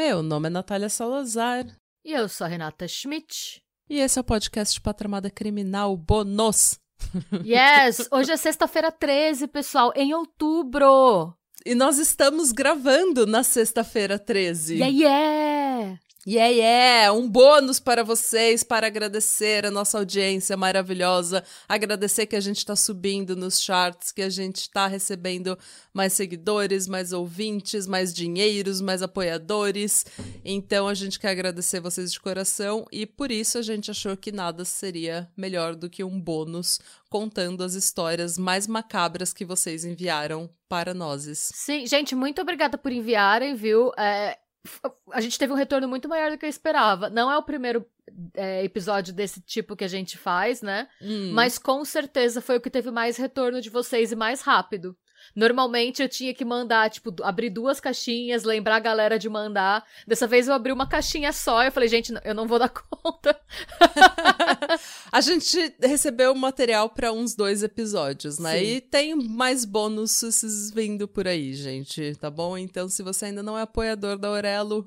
Meu nome é Natália Salazar. E eu sou a Renata Schmidt. E esse é o podcast Patramada Criminal Bônus. Yes! Hoje é sexta-feira 13, pessoal, em outubro. E nós estamos gravando na sexta-feira 13. Yeah! Um bônus para vocês, para agradecer a nossa audiência maravilhosa, agradecer que a gente está subindo nos charts, que a gente está recebendo mais seguidores, mais ouvintes, mais dinheiros, mais apoiadores. Então a gente quer agradecer vocês de coração e por isso a gente achou que nada seria melhor do que um bônus contando as histórias mais macabras que vocês enviaram para nós. Sim, gente, muito obrigada por enviarem, viu? A gente teve um retorno muito maior do que eu esperava. Não é o primeiro episódio desse tipo que a gente faz, né? Mas com certeza foi o que teve mais retorno de vocês e mais rápido. Normalmente eu tinha que mandar, tipo, abrir 2 caixinhas, lembrar a galera de mandar. Dessa vez eu abri uma caixinha só e eu falei, gente, eu não vou dar conta. A gente recebeu material para uns 2 episódios, né? Sim. E tem mais bônus vindo por aí, gente, tá bom? Então, se você ainda não é apoiador da Aurelo,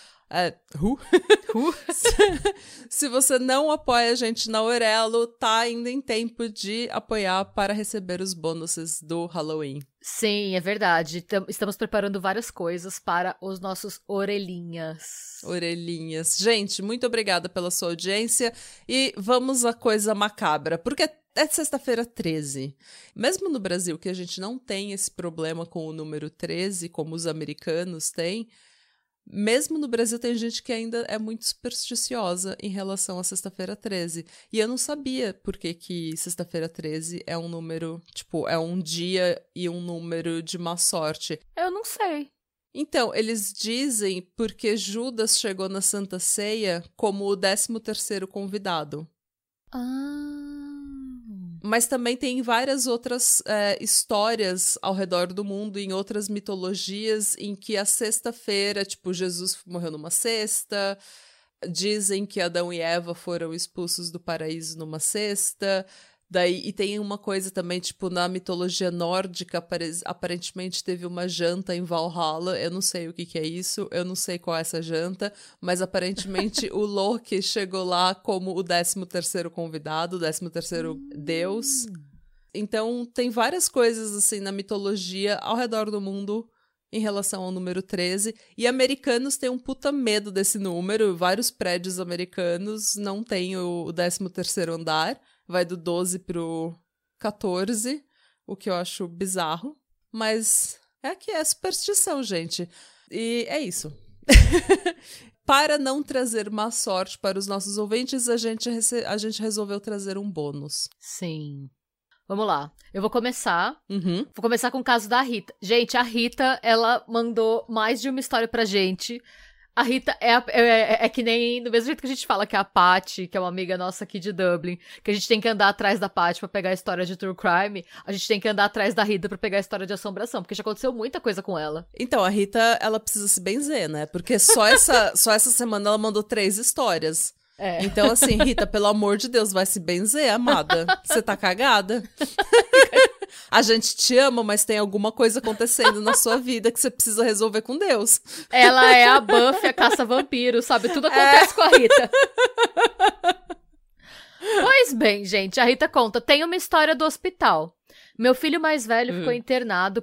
se você não apoia a gente na Aurelo, tá ainda em tempo de apoiar para receber os bônus do Halloween. Sim, é verdade. Estamos preparando várias coisas para os nossos orelhinhas. Gente, muito obrigada pela sua audiência e vamos à coisa macabra, porque é sexta-feira 13. Mesmo no Brasil, que a gente não tem esse problema com o número 13, como os americanos têm, mesmo no Brasil tem gente que ainda é muito supersticiosa em relação a sexta-feira 13. E eu não sabia por que sexta-feira 13 é um número, tipo, é um dia e um número de má sorte. Eu não sei. Então, eles dizem porque Judas chegou na Santa Ceia como o 13º convidado. Mas também tem várias outras histórias ao redor do mundo, em outras mitologias, em que a sexta-feira, tipo, Jesus morreu numa sexta, dizem que Adão e Eva foram expulsos do paraíso numa sexta, e tem uma coisa também, tipo, na mitologia nórdica, aparentemente teve uma janta em Valhalla, eu não sei o que é isso, eu não sei qual é essa janta, mas aparentemente o Loki chegou lá como o 13º convidado, o 13º deus. Então tem várias coisas, assim, na mitologia ao redor do mundo em relação ao número 13, e americanos têm um puta medo desse número, vários prédios americanos não têm o 13º andar, vai do 12 pro 14, o que eu acho bizarro. Mas é superstição, gente. E é isso. Para não trazer má sorte para os nossos ouvintes, a gente resolveu trazer um bônus. Sim. Vamos lá. Eu vou começar. Vou começar com o caso da Rita. Gente, a Rita, ela mandou mais de uma história pra gente. A Rita é que nem, do mesmo jeito que a gente fala que é a Paty, que é uma amiga nossa aqui de Dublin, que a gente tem que andar atrás da Paty pra pegar a história de true crime, a gente tem que andar atrás da Rita pra pegar a história de assombração, porque já aconteceu muita coisa com ela. Então, a Rita, ela precisa se benzer, né? Porque só essa semana ela mandou 3 histórias. Então, assim, Rita, pelo amor de Deus, vai se benzer, amada. Você tá cagada? A gente te ama, mas tem alguma coisa acontecendo na sua vida que você precisa resolver com Deus. Ela é a Buffy, a caça-vampiro, sabe? Tudo acontece com a Rita. Pois bem, gente, a Rita conta. Tem uma história do hospital. Meu filho mais velho ficou internado.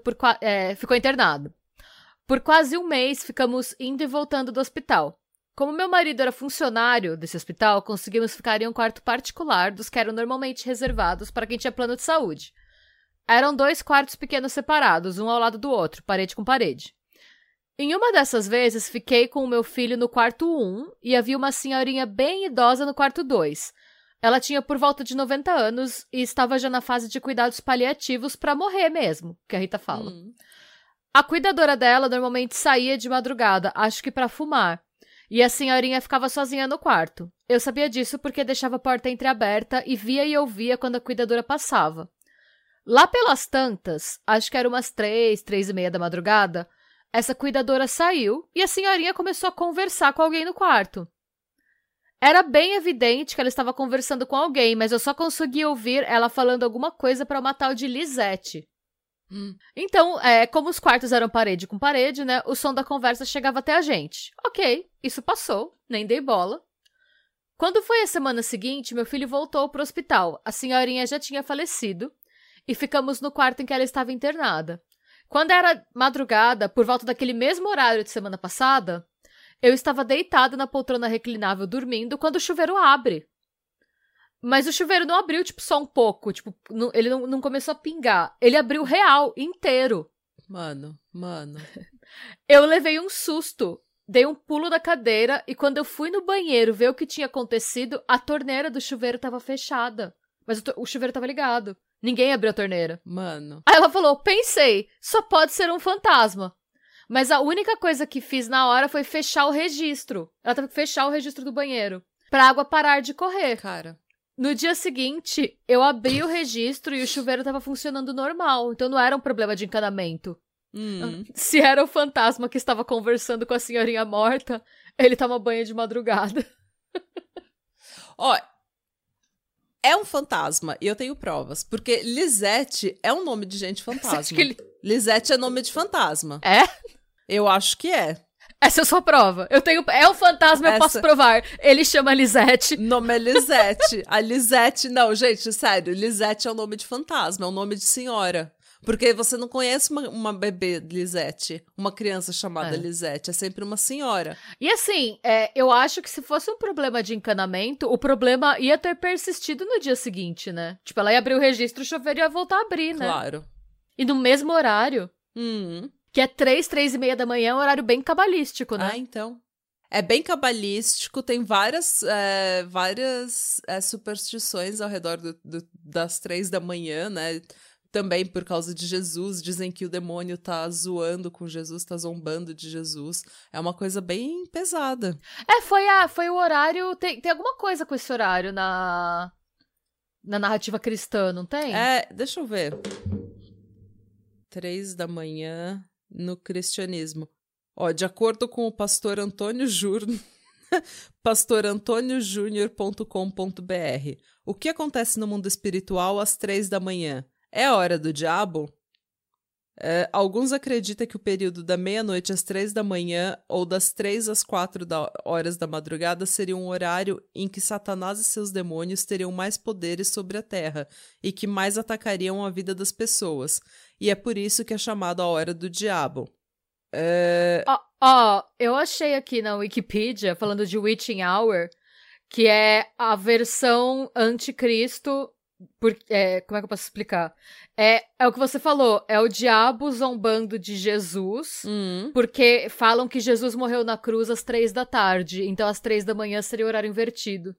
Por quase um mês, ficamos indo e voltando do hospital. Como meu marido era funcionário desse hospital, conseguimos ficar em um quarto particular dos que eram normalmente reservados para quem tinha plano de saúde. Eram 2 quartos pequenos separados, um ao lado do outro, parede com parede. Em uma dessas vezes, fiquei com o meu filho no quarto 1 e havia uma senhorinha bem idosa no quarto 2. Ela tinha por volta de 90 anos e estava já na fase de cuidados paliativos para morrer mesmo, que a Rita fala. A cuidadora dela normalmente saía de madrugada, acho que para fumar. E a senhorinha ficava sozinha no quarto. Eu sabia disso porque deixava a porta entreaberta e via e ouvia quando a cuidadora passava. Lá pelas tantas, acho que era umas 3:30 da madrugada, essa cuidadora saiu e a senhorinha começou a conversar com alguém no quarto. Era bem evidente que ela estava conversando com alguém, mas eu só conseguia ouvir ela falando alguma coisa para uma tal de Lisette. Então, como os quartos eram parede com parede, né, o som da conversa chegava até a gente. Ok, isso passou, nem dei bola. Quando foi a semana seguinte, meu filho voltou pro hospital. A senhorinha já tinha falecido e ficamos no quarto em que ela estava internada. Quando era madrugada, por volta daquele mesmo horário de semana passada, eu estava deitada na poltrona reclinável dormindo quando o chuveiro abre. Mas o chuveiro não abriu, tipo, só um pouco. Tipo, ele não começou a pingar. Ele abriu real, inteiro. Mano. Eu levei um susto. Dei um pulo da cadeira e quando eu fui no banheiro ver o que tinha acontecido, a torneira do chuveiro estava fechada. Mas o chuveiro estava ligado. Ninguém abriu a torneira. Mano. Aí ela falou, pensei, só pode ser um fantasma. Mas a única coisa que fiz na hora foi fechar o registro. Ela teve que fechar o registro do banheiro. Pra água parar de correr. Cara. No dia seguinte, eu abri o registro e o chuveiro tava funcionando normal. Então não era um problema de encanamento. Se era o fantasma que estava conversando com a senhorinha morta, ele toma banho de madrugada. Ó, é um fantasma e eu tenho provas. Porque Lisete é um nome de gente fantasma. Lisete é nome de fantasma. É? Eu acho que é. Essa é a sua prova. É um fantasma, eu posso provar. Ele chama Lisete. Nome é Lisete. A Lisete, não, gente, sério. Lisete é um nome de fantasma, é um nome de senhora. Porque você não conhece uma bebê Lisete, uma criança chamada Lisete, é sempre uma senhora. E assim, eu acho que se fosse um problema de encanamento, o problema ia ter persistido no dia seguinte, né? Tipo, ela ia abrir o registro, o chuveiro ia voltar a abrir, né? Claro. E no mesmo horário. Que é 3h30 da manhã, é um horário bem cabalístico, né? Ah, então. É bem cabalístico, tem várias superstições ao redor das 3 da manhã, né? Também por causa de Jesus, dizem que o demônio tá zoando com Jesus, tá zombando de Jesus. É uma coisa bem pesada. Foi o horário... Tem alguma coisa com esse horário na narrativa cristã, não tem? Deixa eu ver. 3 da manhã no cristianismo. Ó, de acordo com o pastor Antônio Júnior, pastorantoniojunior.com.br, o que acontece no mundo espiritual às 3 da manhã? É a hora do diabo? Alguns acreditam que o período da meia-noite às 3 da manhã ou das 3 às 4 horas da madrugada seria um horário em que Satanás e seus demônios teriam mais poderes sobre a terra e que mais atacariam a vida das pessoas. E é por isso que é chamado a hora do diabo. Eu achei aqui na Wikipedia, falando de Witching Hour, que é a versão anticristo. Como é que eu posso explicar? É o que você falou, é o diabo zombando de Jesus, porque falam que Jesus morreu na cruz às 3 da tarde, então às 3 da manhã seria o horário invertido.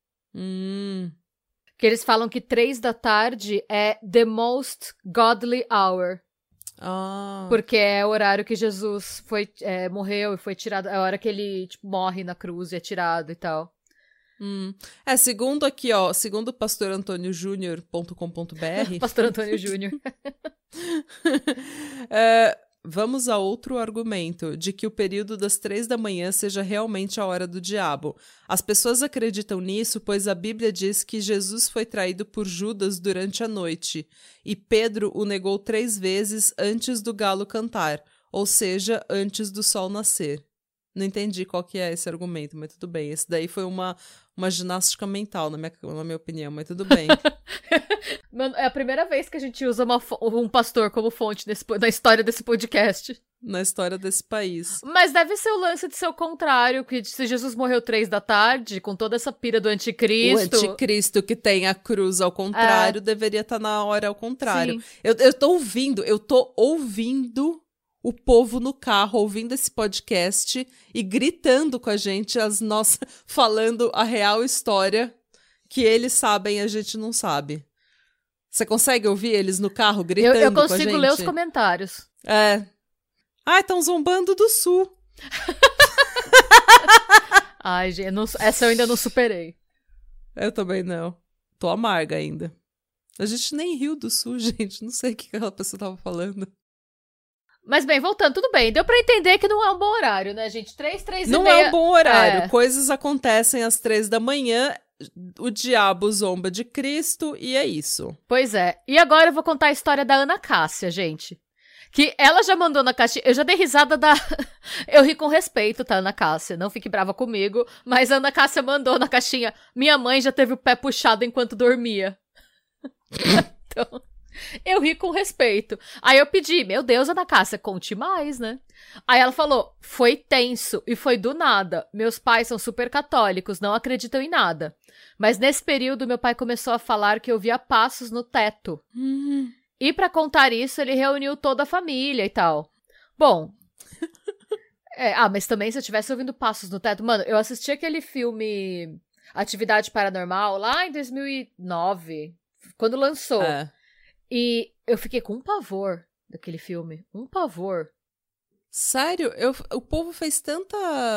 Que eles falam que 3 da tarde é the most godly hour. Porque é o horário que Jesus morreu e foi tirado, é a hora que ele morre na cruz e é tirado e tal. Segundo aqui, ó, segundo pastorantoniojunior.com.br Pastor Antônio Júnior. Vamos a outro argumento, de que o período das 3 da manhã seja realmente a hora do diabo. As pessoas acreditam nisso, pois a Bíblia diz que Jesus foi traído por Judas durante a noite, e Pedro o negou 3 vezes antes do galo cantar, ou seja, antes do sol nascer. Não entendi qual que é esse argumento, mas tudo bem. Esse daí foi uma ginástica mental, na minha opinião, mas tudo bem. Mano, é a primeira vez que a gente usa um pastor como fonte na história desse podcast. Na história desse país. Mas deve ser o lance de ser o contrário, que se Jesus morreu 3 da tarde, com toda essa pira do anticristo... O anticristo que tem a cruz ao contrário, deveria estar na hora ao contrário. Eu tô ouvindo o povo no carro ouvindo esse podcast e gritando com a gente falando a real história que eles sabem e a gente não sabe. Você consegue ouvir eles no carro gritando com a gente? Eu consigo ler os comentários. Estão zombando do Sul. Ai, gente, essa eu ainda não superei. Eu também não. Tô amarga ainda. A gente nem riu do Sul, gente. Não sei o que aquela pessoa tava falando. Mas bem, voltando, tudo bem. Deu pra entender que não é um bom horário, né, gente? 3 e não meia... é um bom horário. Coisas acontecem às 3 da manhã. o diabo zomba de Cristo e é isso. Pois é. E agora eu vou contar a história da Ana Cássia, gente. Que ela já mandou na caixinha. Eu já dei risada da. Eu ri com respeito, tá, Ana Cássia? Não fique brava comigo. Mas a Ana Cássia mandou na caixinha. Minha mãe já teve o pé puxado enquanto dormia. Então, eu ri com respeito. Aí eu pedi, meu Deus, Ana Cássia, conte mais, né? Aí ela falou, foi tenso e foi do nada. Meus pais são super católicos, não acreditam em nada. Mas nesse período, meu pai começou a falar que eu via passos no teto. E pra contar isso, ele reuniu toda a família e tal. Bom... mas também se eu tivesse ouvindo passos no teto... Mano, eu assisti aquele filme Atividade Paranormal lá em 2009, quando lançou. E eu fiquei com um pavor daquele filme. Um pavor. Sério? O povo fez tanta,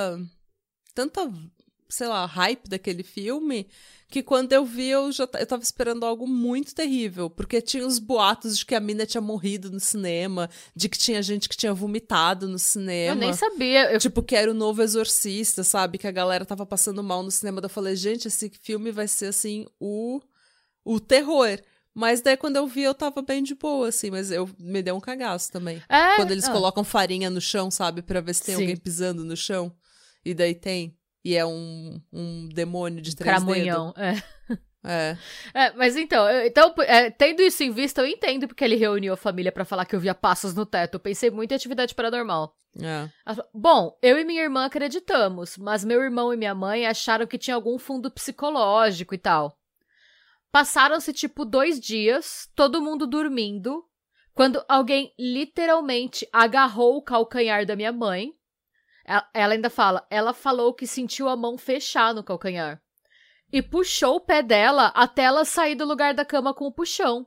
sei lá, hype daquele filme, que quando eu vi, eu tava esperando algo muito terrível, porque tinha os boatos de que a mina tinha morrido no cinema, de que tinha gente que tinha vomitado no cinema. Eu nem sabia. Tipo, que era o novo Exorcista, sabe? Que a galera tava passando mal no cinema. Daí eu falei, gente, esse filme vai ser, assim, o terror. Mas daí quando eu vi, eu tava bem de boa, assim, mas me deu um cagaço também. Quando eles colocam farinha no chão, sabe? Pra ver se tem alguém pisando no chão. E daí tem. E é um demônio de 3 Cramunhão, dedos. Mas então, tendo isso em vista, eu entendo porque ele reuniu a família pra falar que eu via passos no teto. Eu pensei muito em atividade paranormal. Bom, eu e minha irmã acreditamos, mas meu irmão e minha mãe acharam que tinha algum fundo psicológico e tal. Passaram-se, 2 dias, todo mundo dormindo, quando alguém literalmente agarrou o calcanhar da minha mãe. Ela ainda fala, ela falou que sentiu a mão fechar no calcanhar. E puxou o pé dela até ela sair do lugar da cama com o puxão.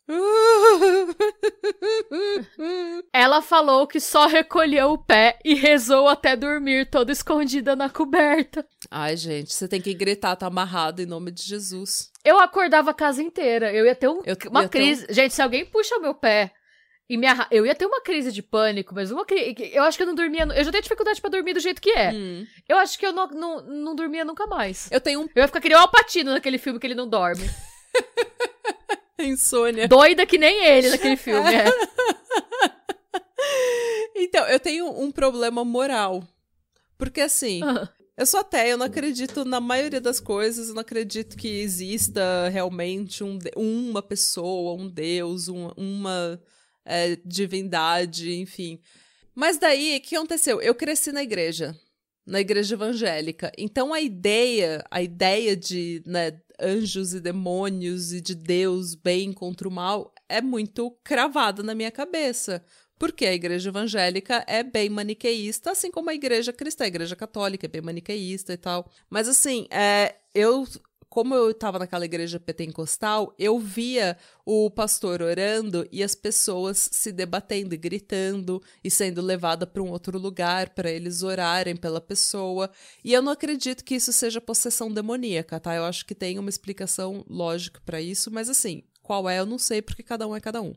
Ela falou que só recolheu o pé e rezou até dormir toda escondida na coberta. Ai, gente, você tem que gritar, tá amarrado em nome de Jesus. Eu acordava a casa inteira, eu ia ter uma crise. Gente, se alguém puxa o meu pé eu ia ter uma crise de pânico, mas eu acho que eu não dormia... Eu já tenho dificuldade pra dormir do jeito que é. Eu acho que eu não dormia nunca mais. Eu ia ficar que nem o Al Pacino naquele filme que ele não dorme. Insônia. Doida que nem ele naquele filme, Então, eu tenho um problema moral. Porque assim... Eu sou ateia, eu não acredito na maioria das coisas, eu não acredito que exista realmente uma pessoa, um Deus, uma divindade, enfim. Mas daí, o que aconteceu? Eu cresci na igreja evangélica. Então a ideia de, né, anjos e demônios e de Deus bem contra o mal é muito cravada na minha cabeça. Porque a igreja evangélica é bem maniqueísta, assim como a igreja cristã, a igreja católica é bem maniqueísta e tal. Mas assim, como eu estava naquela igreja pentecostal, eu via o pastor orando e as pessoas se debatendo e gritando e sendo levada para um outro lugar para eles orarem pela pessoa. E eu não acredito que isso seja possessão demoníaca, tá? Eu acho que tem uma explicação lógica para isso, mas assim, qual é eu não sei, porque cada um é cada um.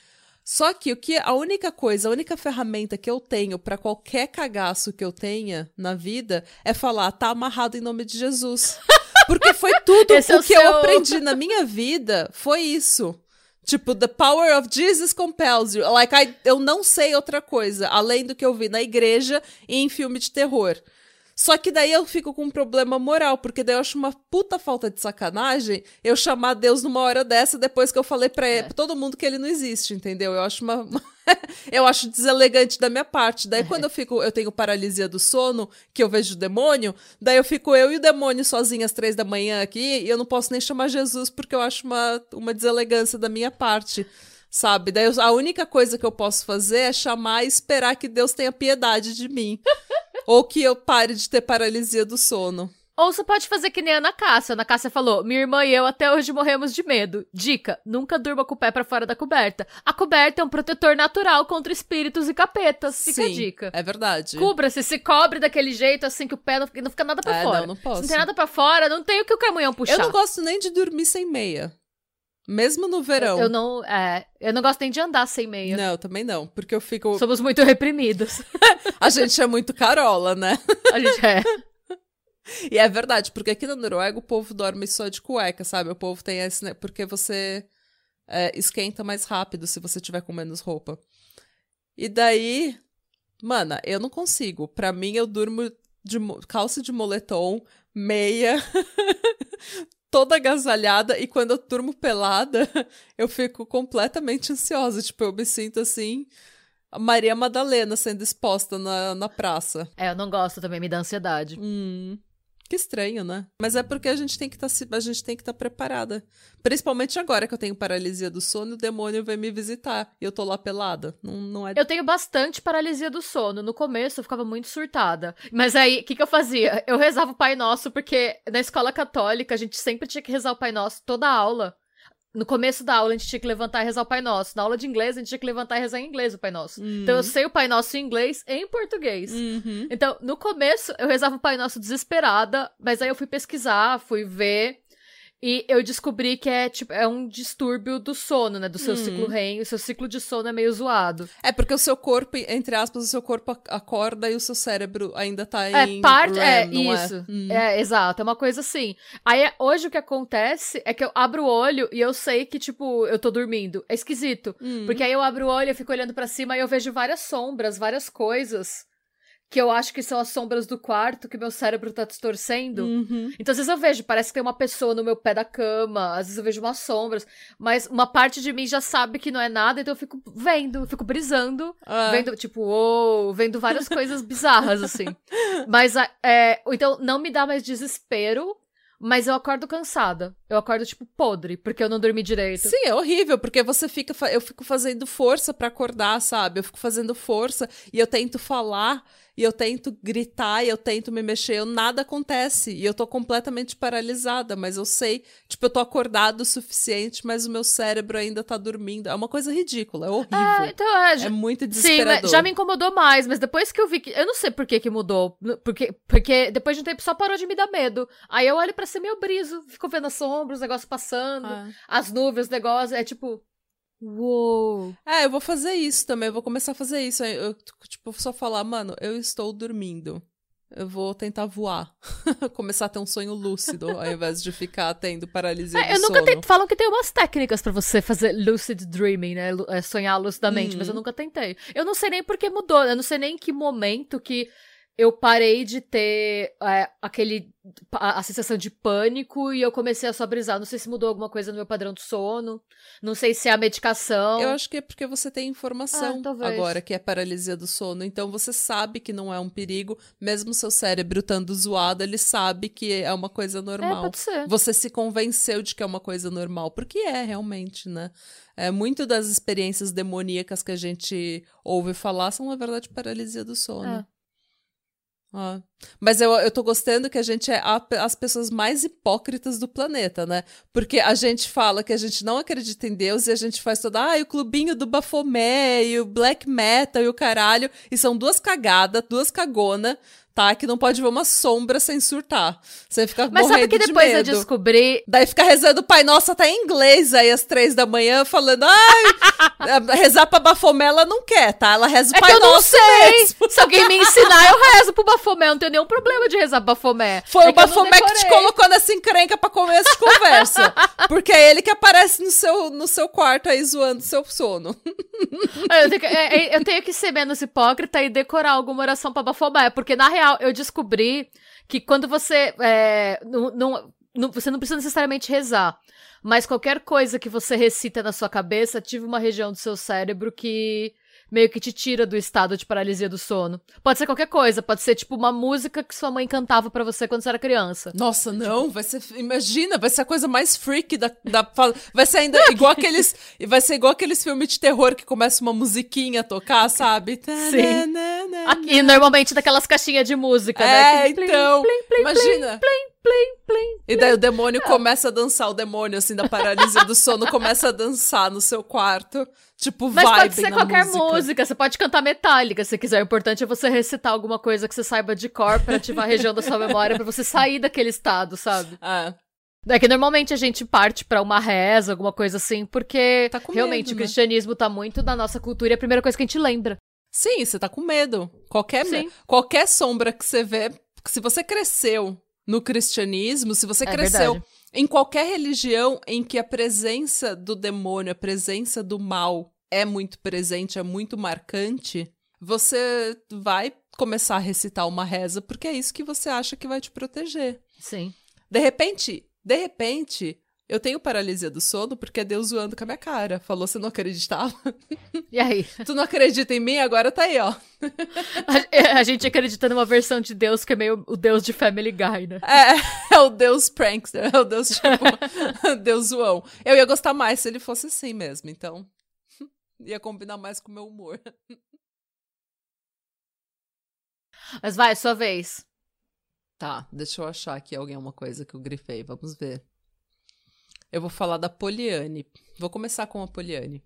Só que a única ferramenta que eu tenho para qualquer cagaço que eu tenha na vida é falar, tá amarrado em nome de Jesus. Porque foi tudo eu aprendi na minha vida, foi isso. Tipo, the power of Jesus compels you. Eu não sei outra coisa, além do que eu vi na igreja e em filme de terror. Só que daí eu fico com um problema moral, porque daí eu acho uma puta falta de sacanagem eu chamar Deus numa hora dessa depois que eu falei pra todo mundo que ele não existe, entendeu? Eu acho eu acho deselegante da minha parte. Daí quando eu tenho paralisia do sono, que eu vejo o demônio, daí eu fico eu e o demônio sozinhas às 3 da manhã aqui, e eu não posso nem chamar Jesus, porque eu acho uma deselegância da minha parte. Sabe? Daí a única coisa que eu posso fazer é chamar e esperar que Deus tenha piedade de mim. Ou que eu pare de ter paralisia do sono. Ou você pode fazer que nem a Ana Cássia. A Ana Cássia falou, minha irmã e eu até hoje morremos de medo. Dica, nunca durma com o pé pra fora da coberta. A coberta é um protetor natural contra espíritos e capetas. Fica a dica. É verdade. Cubra-se, se cobre daquele jeito assim que o pé não fica nada pra fora. Não posso. Se não tem nada pra fora, não tem o que o caminhão puxar. Eu não gosto nem de dormir sem meia. Mesmo no verão. Eu não gosto nem de andar sem meia. Não, também não, porque eu fico... Somos muito reprimidos. A gente é muito carola, né? A gente é. E é verdade, porque aqui na Noruega o povo dorme só de cueca, sabe? O povo tem esse... Né? Porque você esquenta mais rápido se você tiver com menos roupa. E daí... Mana, eu não consigo. Pra mim, eu durmo de calça de moletom, meia, toda agasalhada. E quando eu durmo pelada, eu fico completamente ansiosa. Tipo, eu me sinto assim... A Maria Madalena sendo exposta na praça. Eu não gosto também, me dá ansiedade. Que estranho, né? Mas é porque a gente tem que estar preparada. Principalmente agora que eu tenho paralisia do sono, o demônio vem me visitar e eu tô lá pelada. Não é... Eu tenho bastante paralisia do sono. No começo eu ficava muito surtada. Mas aí, o que eu fazia? Eu rezava o Pai Nosso, porque na escola católica a gente sempre tinha que rezar o Pai Nosso toda a aula. No começo da aula, a gente tinha que levantar e rezar o Pai Nosso. Na aula de inglês, a gente tinha que levantar e rezar em inglês o Pai Nosso. Então, eu sei o Pai Nosso em inglês e em português. Então, no começo, eu rezava o Pai Nosso desesperada, mas aí eu fui pesquisar, fui ver, e eu descobri que é um distúrbio do sono, né? Do seu ciclo REM. O seu ciclo de sono é meio zoado. É porque o seu corpo, entre aspas, o seu corpo acorda e o seu cérebro ainda tá em REM, não isso. Exato, é uma coisa assim. Aí, hoje, o que acontece é que eu abro o olho e eu sei que, tipo, eu tô dormindo. É esquisito. Porque aí eu abro o olho, eu fico olhando pra cima e eu vejo várias sombras, várias coisas... que eu acho que são as sombras do quarto, que meu cérebro tá distorcendo. Então, às vezes eu vejo, parece que tem uma pessoa no meu pé da cama, às vezes eu vejo umas sombras, mas uma parte de mim já sabe que não é nada, então eu fico vendo, fico brisando, vendo, tipo, vendo várias coisas bizarras, assim. Mas, então, não me dá mais desespero, mas eu acordo cansada. Eu acordo, tipo, podre, porque eu não dormi direito. Sim, é horrível, porque eu fico fazendo força pra acordar, sabe? Eu fico fazendo força e eu tento falar, e eu tento gritar, e eu tento me mexer, nada acontece. E eu tô completamente paralisada, mas eu sei, tipo, eu tô acordado o suficiente, mas o meu cérebro ainda tá dormindo. É uma coisa ridícula, é horrível. Então, é muito desesperador. Sim, já me incomodou mais, mas depois que eu vi que... Eu não sei por que mudou, porque depois de um tempo só parou de me dar medo. Aí eu olho pra cima e eu briso, fico vendo as sombras, os negócios passando, as nuvens, os negócios, é tipo... Uou! Eu vou fazer isso também, eu vou começar a fazer isso. Eu, tipo, só falar, mano, eu estou dormindo. Eu vou tentar voar. Começar a ter um sonho lúcido, ao invés de ficar tendo paralisia do sono. Falam que tem umas técnicas pra você fazer lucid dreaming, né? Sonhar lucidamente, mas eu nunca tentei. Eu não sei nem por que mudou, eu não sei nem em que momento que eu parei de ter a sensação de pânico e eu comecei a só brisar. Não sei se mudou alguma coisa no meu padrão do sono. Não sei se é a medicação. Eu acho que é porque você tem informação agora que é paralisia do sono. Então você sabe que não é um perigo. Mesmo seu cérebro estando zoado, ele sabe que é uma coisa normal. Pode ser. Você se convenceu de que é uma coisa normal. Porque é, realmente, né? Muito das experiências demoníacas que a gente ouve falar são, na verdade, paralisia do sono. Mas eu tô gostando que a gente é as pessoas mais hipócritas do planeta, né? Porque a gente fala que a gente não acredita em Deus e a gente faz o clubinho do Bafomé e o black metal e o caralho. E são duas cagadas, duas cagonas, tá? Que não pode ver uma sombra sem surtar. Você fica morrendo de medo. Mas sabe que depois eu descobri... Daí fica rezando o Pai Nosso até em inglês aí às 3 da manhã, falando, rezar pra Bafomé ela não quer, tá? Ela reza o Pai Nosso. Eu não sei! Mesmo. Se alguém me ensinar, eu rezo pro Bafomé. Eu não tenho nenhum problema de rezar pro Bafomé. Foi o Bafomé que te colocou nessa encrenca pra começo de conversa. Porque é ele que aparece no seu quarto aí zoando seu sono. Eu tenho que ser menos hipócrita e decorar alguma oração pra Bafomé, porque na real eu descobri que quando você você não precisa necessariamente rezar, mas qualquer coisa que você recita na sua cabeça ativa uma região do seu cérebro que meio que te tira do estado de paralisia do sono. Pode ser qualquer coisa, pode ser tipo uma música que sua mãe cantava pra você quando você era criança. Nossa, não, vai ser, imagina, vai ser a coisa mais freak vai ser ainda igual aqueles filmes de terror que começa uma musiquinha a tocar, sabe? Sim. Aqui, normalmente daquelas caixinhas de música, né? Então, imagina. Plim. E daí o demônio começa a dançar, o demônio, assim, da paralisia do sono, começa a dançar no seu quarto, tipo, mas vibe pode ser qualquer música, você pode cantar Metallica se quiser, o importante é você recitar alguma coisa que você saiba de cor pra ativar a região da sua memória, pra você sair daquele estado, sabe? É que normalmente a gente parte pra uma reza, alguma coisa assim, porque realmente medo, o cristianismo tá muito na nossa cultura e é a primeira coisa que a gente lembra. Sim, você tá com medo. Qualquer sombra que você vê, se você cresceu no cristianismo, se você cresceu verdade. em qualquer religião em que a presença do demônio, a presença do mal é muito presente, é muito marcante, você vai começar a recitar uma reza porque é isso que você acha que vai te proteger. Sim. De repente, eu tenho paralisia do sono porque é Deus zoando com a minha cara. Falou, você não acreditava? E aí? Tu não acredita em mim? Agora tá aí, ó. A gente acredita numa versão de Deus que é meio o Deus de Family Guy, né? É o Deus prankster, é o Deus, tipo, Deus zoão. Eu ia gostar mais se ele fosse assim mesmo, então ia combinar mais com o meu humor. Mas vai, sua vez. Tá, deixa eu achar aqui alguma coisa que eu grifei, vamos ver. Eu vou falar da Poliane. Vou começar com a Poliane.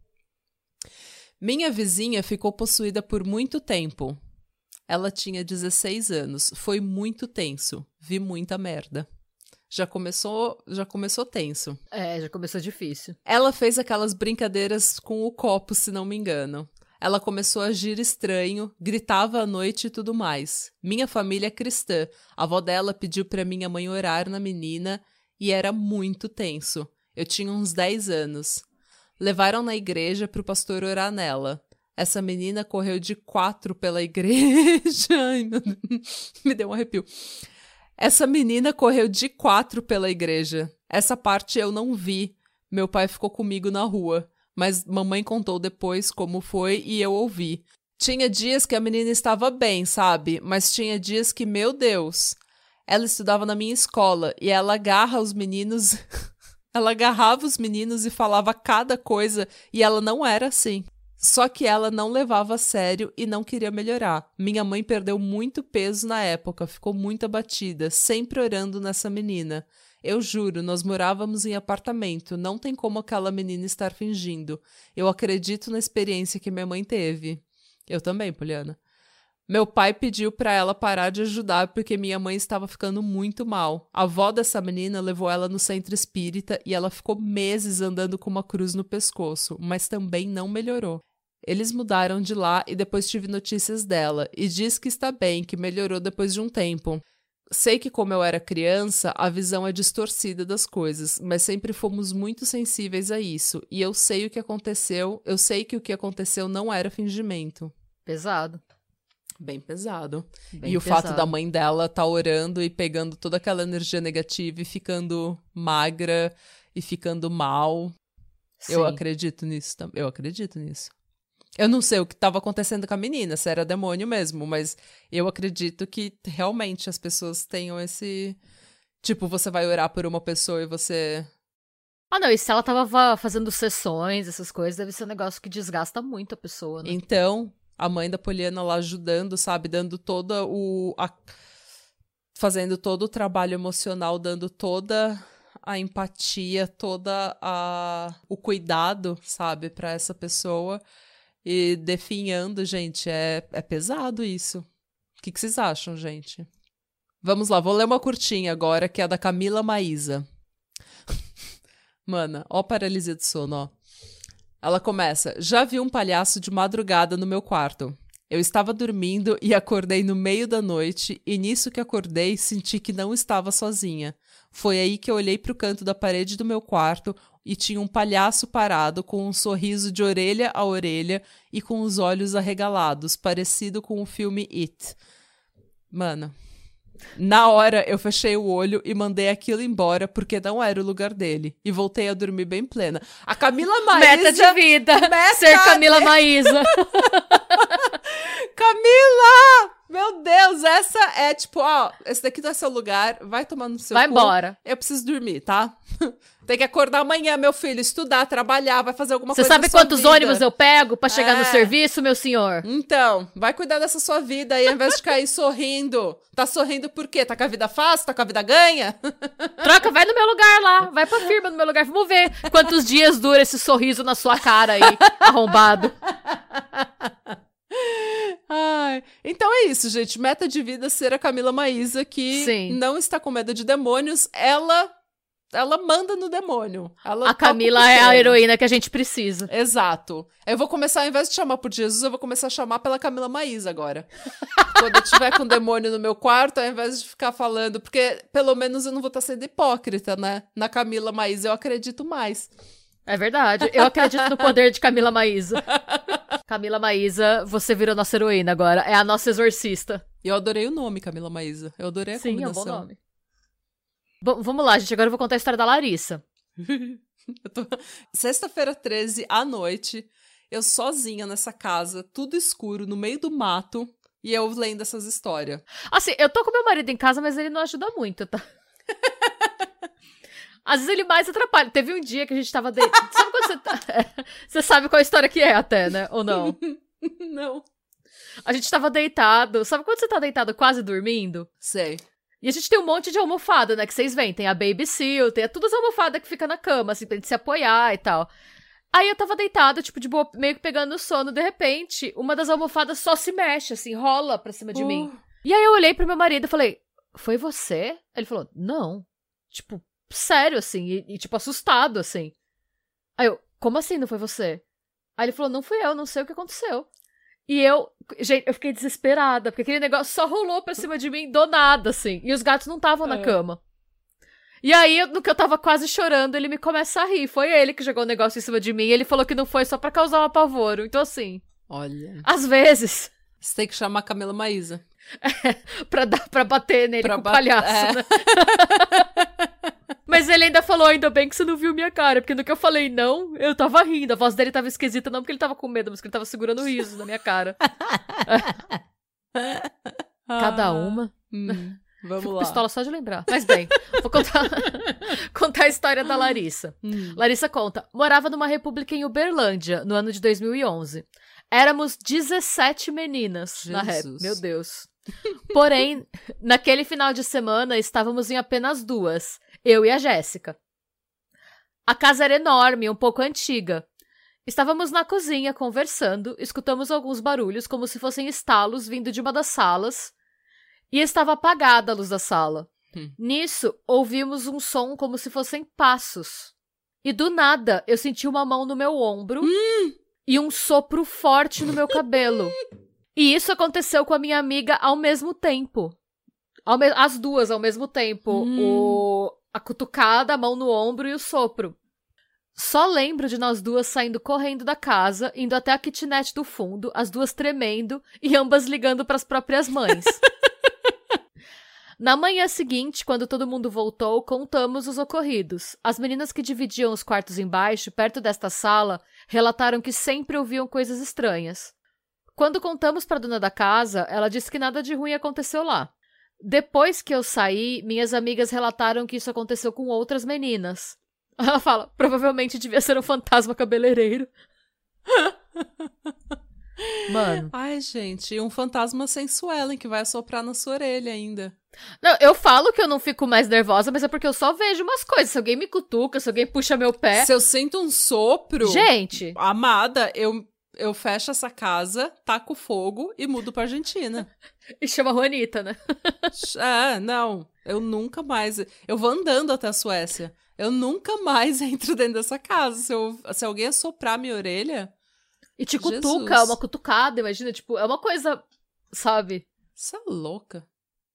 Minha vizinha ficou possuída por muito tempo. Ela tinha 16 anos. Foi muito tenso. Vi muita merda. Já começou tenso. É, já começou difícil. Ela fez aquelas brincadeiras com o copo, se não me engano. Ela começou a agir estranho, gritava à noite e tudo mais. Minha família é cristã. A avó dela pediu pra minha mãe orar na menina e era muito tenso. Eu tinha uns 10 anos. Levaram na igreja pro pastor orar nela. Essa menina correu de 4 pela igreja. Ai, meu Deus. Me deu um arrepio. Essa menina correu de 4 pela igreja. Essa parte eu não vi. Meu pai ficou comigo na rua. Mas mamãe contou depois como foi e eu ouvi. Tinha dias que a menina estava bem, sabe? Mas tinha dias que, meu Deus... Ela estudava na minha escola e ela agarrava os meninos e falava cada coisa e ela não era assim. Só que ela não levava a sério e não queria melhorar. Minha mãe perdeu muito peso na época, ficou muito abatida, sempre orando nessa menina. Eu juro, nós morávamos em apartamento, não tem como aquela menina estar fingindo. Eu acredito na experiência que minha mãe teve. Eu também, Poliana. Meu pai pediu pra ela parar de ajudar porque minha mãe estava ficando muito mal. A avó dessa menina levou ela no centro espírita e ela ficou meses andando com uma cruz no pescoço, mas também não melhorou. Eles mudaram de lá e depois tive notícias dela e diz que está bem, que melhorou depois de um tempo. Sei que como eu era criança, a visão é distorcida das coisas, mas sempre fomos muito sensíveis a isso e eu sei que o que aconteceu não era fingimento. Pesado. Bem pesado. Bem e o pesado. fato da mãe dela tá orando e pegando toda aquela energia negativa e ficando magra e ficando mal. Sim. Eu acredito nisso também. Eu acredito nisso. Eu não sei o que estava acontecendo com a menina, se era demônio mesmo, mas eu acredito que realmente as pessoas tenham esse... Tipo, você vai orar por uma pessoa e você... Ah, não, e se ela tava fazendo sessões, essas coisas, deve ser um negócio que desgasta muito a pessoa, né? Então... A mãe da Poliana lá ajudando, sabe? Dando toda fazendo todo o trabalho emocional, dando toda a empatia, o cuidado, sabe? Pra essa pessoa. E definhando, gente, é pesado isso. O que vocês acham, gente? Vamos lá, vou ler uma curtinha agora, que é a da Camila Maísa. Mana, ó a paralisia do sono, ó. Ela começa, já vi um palhaço de madrugada no meu quarto. Eu estava dormindo e acordei no meio da noite e nisso que acordei senti que não estava sozinha. Foi aí que eu olhei para o canto da parede do meu quarto e tinha um palhaço parado com um sorriso de orelha a orelha e com os olhos arregalados, parecido com o filme It. Mano... Na hora, eu fechei o olho e mandei aquilo embora porque não era o lugar dele. E voltei a dormir bem plena. A Camila Maísa... Meta de vida. Ser Camila Maísa. Camila! Meu Deus, essa é tipo, ó, esse daqui não é seu lugar, vai tomar no seu Vai cu. embora. Eu preciso dormir, tá? Tem que acordar amanhã, meu filho, estudar, trabalhar, vai fazer alguma coisa Você sabe da sua quantos vida. ônibus eu pego pra chegar no serviço, meu senhor? Então, vai cuidar dessa sua vida aí, ao invés de cair sorrindo. Tá sorrindo por quê? Tá com a vida fácil? Tá com a vida ganha? Troca, vai no meu lugar lá. Vai pra firma no meu lugar. Vamos ver quantos dias dura esse sorriso na sua cara aí, arrombado. Ai, então é isso, gente. Meta de vida ser a Camila Maísa, que Sim. não está com medo de demônios. Ela ela manda no demônio. Ela a Camila é a heroína que a gente precisa. Exato. Eu vou começar, ao invés de chamar por Jesus, eu vou começar a chamar pela Camila Maísa agora. Quando eu tiver com o demônio no meu quarto, ao invés de ficar falando... Porque, pelo menos, eu não vou estar sendo hipócrita, né? Na Camila Maísa eu acredito mais. É verdade. Eu acredito no poder de Camila Maísa. Camila Maísa, você virou nossa heroína agora. É a nossa exorcista. Eu adorei o nome, Camila Maísa. Eu adorei a combinação. Sim, é um bom nome. Bom, vamos lá, gente. Agora eu vou contar a história da Larissa. Sexta-feira 13, à noite, eu sozinha nessa casa, tudo escuro, no meio do mato, e eu lendo essas histórias. Assim, eu tô com meu marido em casa, mas ele não ajuda muito, tá? Às vezes ele mais atrapalha. Teve um dia que a gente tava deitado. Sabe quando você tá... Você sabe qual história que é até, né? Ou não? Não. A gente tava deitado. Sabe quando você tá deitado quase dormindo? Sei. E a gente tem um monte de almofada, né? Que vocês veem. Tem a Baby Seal, tem todas as almofadas que fica na cama, assim, pra gente se apoiar e tal. Aí eu tava deitada, tipo, de boa, meio que pegando no sono. De repente, uma das almofadas só se mexe, assim, rola pra cima de mim. E aí eu olhei pro meu marido e falei, foi você? Ele falou, não. Tipo, sério, assim. E tipo, assustado, assim. Aí eu, como assim não foi você? Aí ele falou, não fui eu, não sei o que aconteceu. E eu, gente, eu fiquei desesperada, porque aquele negócio só rolou pra cima de mim do nada, assim. E os gatos não estavam na cama. E aí, no que eu tava quase chorando, ele me começa a rir. Foi ele que jogou o negócio em cima de mim. E ele falou que não foi só pra causar um apavoro. Então, assim... Olha... Às vezes... Você tem que chamar a Camila Maísa. Pra bater nele com o palhaço, né? Mas ele ainda falou, ainda bem que você não viu minha cara. Porque no que eu falei não, eu tava rindo. A voz dele tava esquisita, não porque ele tava com medo, mas porque ele tava segurando o riso na minha cara. Cada uma. Vamos Fico lá. pistola só de lembrar. Mas bem, vou contar a história da Larissa. Larissa conta, morava numa república em Uberlândia, no ano de 2011. Éramos 17 meninas na rap. Meu Deus. Porém, naquele final de semana, estávamos em apenas 2. Eu e a Jéssica. A casa era enorme, um pouco antiga. Estávamos na cozinha conversando, escutamos alguns barulhos como se fossem estalos vindo de uma das salas e estava apagada a luz da sala. Nisso, ouvimos um som como se fossem passos. E do nada, eu senti uma mão no meu ombro e um sopro forte no meu cabelo. E isso aconteceu com a minha amiga ao mesmo tempo. As duas ao mesmo tempo. A cutucada, a mão no ombro e o sopro. Só lembro de nós duas saindo correndo da casa, indo até a kitnet do fundo, as duas tremendo e ambas ligando para as próprias mães. Na manhã seguinte, quando todo mundo voltou, contamos os ocorridos. As meninas que dividiam os quartos embaixo, perto desta sala, relataram que sempre ouviam coisas estranhas. Quando contamos para a dona da casa, ela disse que nada de ruim aconteceu lá. Depois que eu saí, minhas amigas relataram que isso aconteceu com outras meninas. Ela fala, provavelmente devia ser um fantasma cabeleireiro. Mano. Ai, gente, e um fantasma sem Suelen que vai assoprar na sua orelha ainda. Não, eu falo que eu não fico mais nervosa, mas é porque eu só vejo umas coisas. Se alguém me cutuca, se alguém puxa meu pé... Se eu sinto um sopro... Gente! Amada, eu fecho essa casa, taco fogo e mudo pra Argentina. E chama a Juanita, né? Não. Eu nunca mais... Eu vou andando até a Suécia. Eu nunca mais entro dentro dessa casa. Se alguém assoprar minha orelha... E te cutuca, uma cutucada, imagina, tipo, é uma coisa, sabe? Você é louca.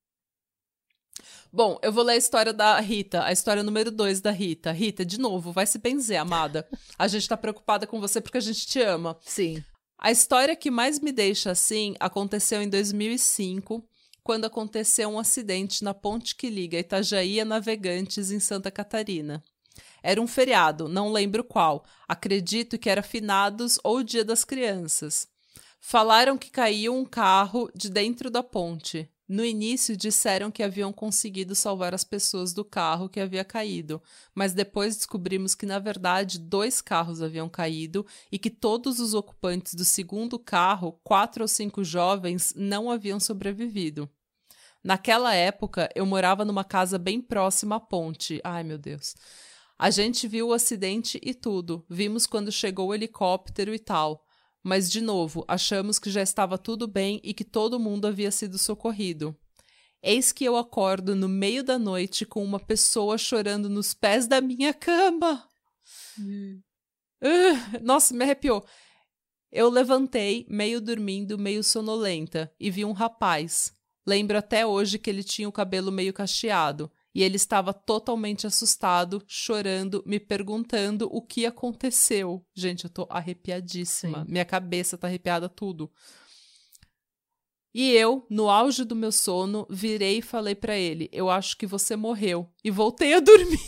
Bom, eu vou ler a história da Rita, a história número 2 da Rita. Rita, de novo, vai se benzer, amada. A gente tá preocupada com você porque a gente te ama. Sim. A história que mais me deixa assim aconteceu em 2005, quando aconteceu um acidente na ponte que liga Itajaí a Navegantes, em Santa Catarina. Era um feriado, não lembro qual. Acredito que era Finados ou Dia das Crianças. Falaram que caiu um carro de dentro da ponte. No início disseram que haviam conseguido salvar as pessoas do carro que havia caído, mas depois descobrimos que, na verdade, 2 carros haviam caído e que todos os ocupantes do segundo carro, 4 ou 5 jovens, não haviam sobrevivido. Naquela época, eu morava numa casa bem próxima à ponte. Ai, meu Deus. A gente viu o acidente e tudo. Vimos quando chegou o helicóptero e tal. Mas, de novo, achamos que já estava tudo bem e que todo mundo havia sido socorrido. Eis que eu acordo no meio da noite com uma pessoa chorando nos pés da minha cama. Nossa, me arrepiou. Eu levantei, meio dormindo, meio sonolenta, e vi um rapaz. Lembro até hoje que ele tinha o cabelo meio cacheado, e ele estava totalmente assustado, chorando, me perguntando o que aconteceu. Gente, eu tô arrepiadíssima. Sim. Minha cabeça tá arrepiada, tudo. E eu, no auge do meu sono, virei e falei pra ele, eu acho que você morreu. E voltei a dormir.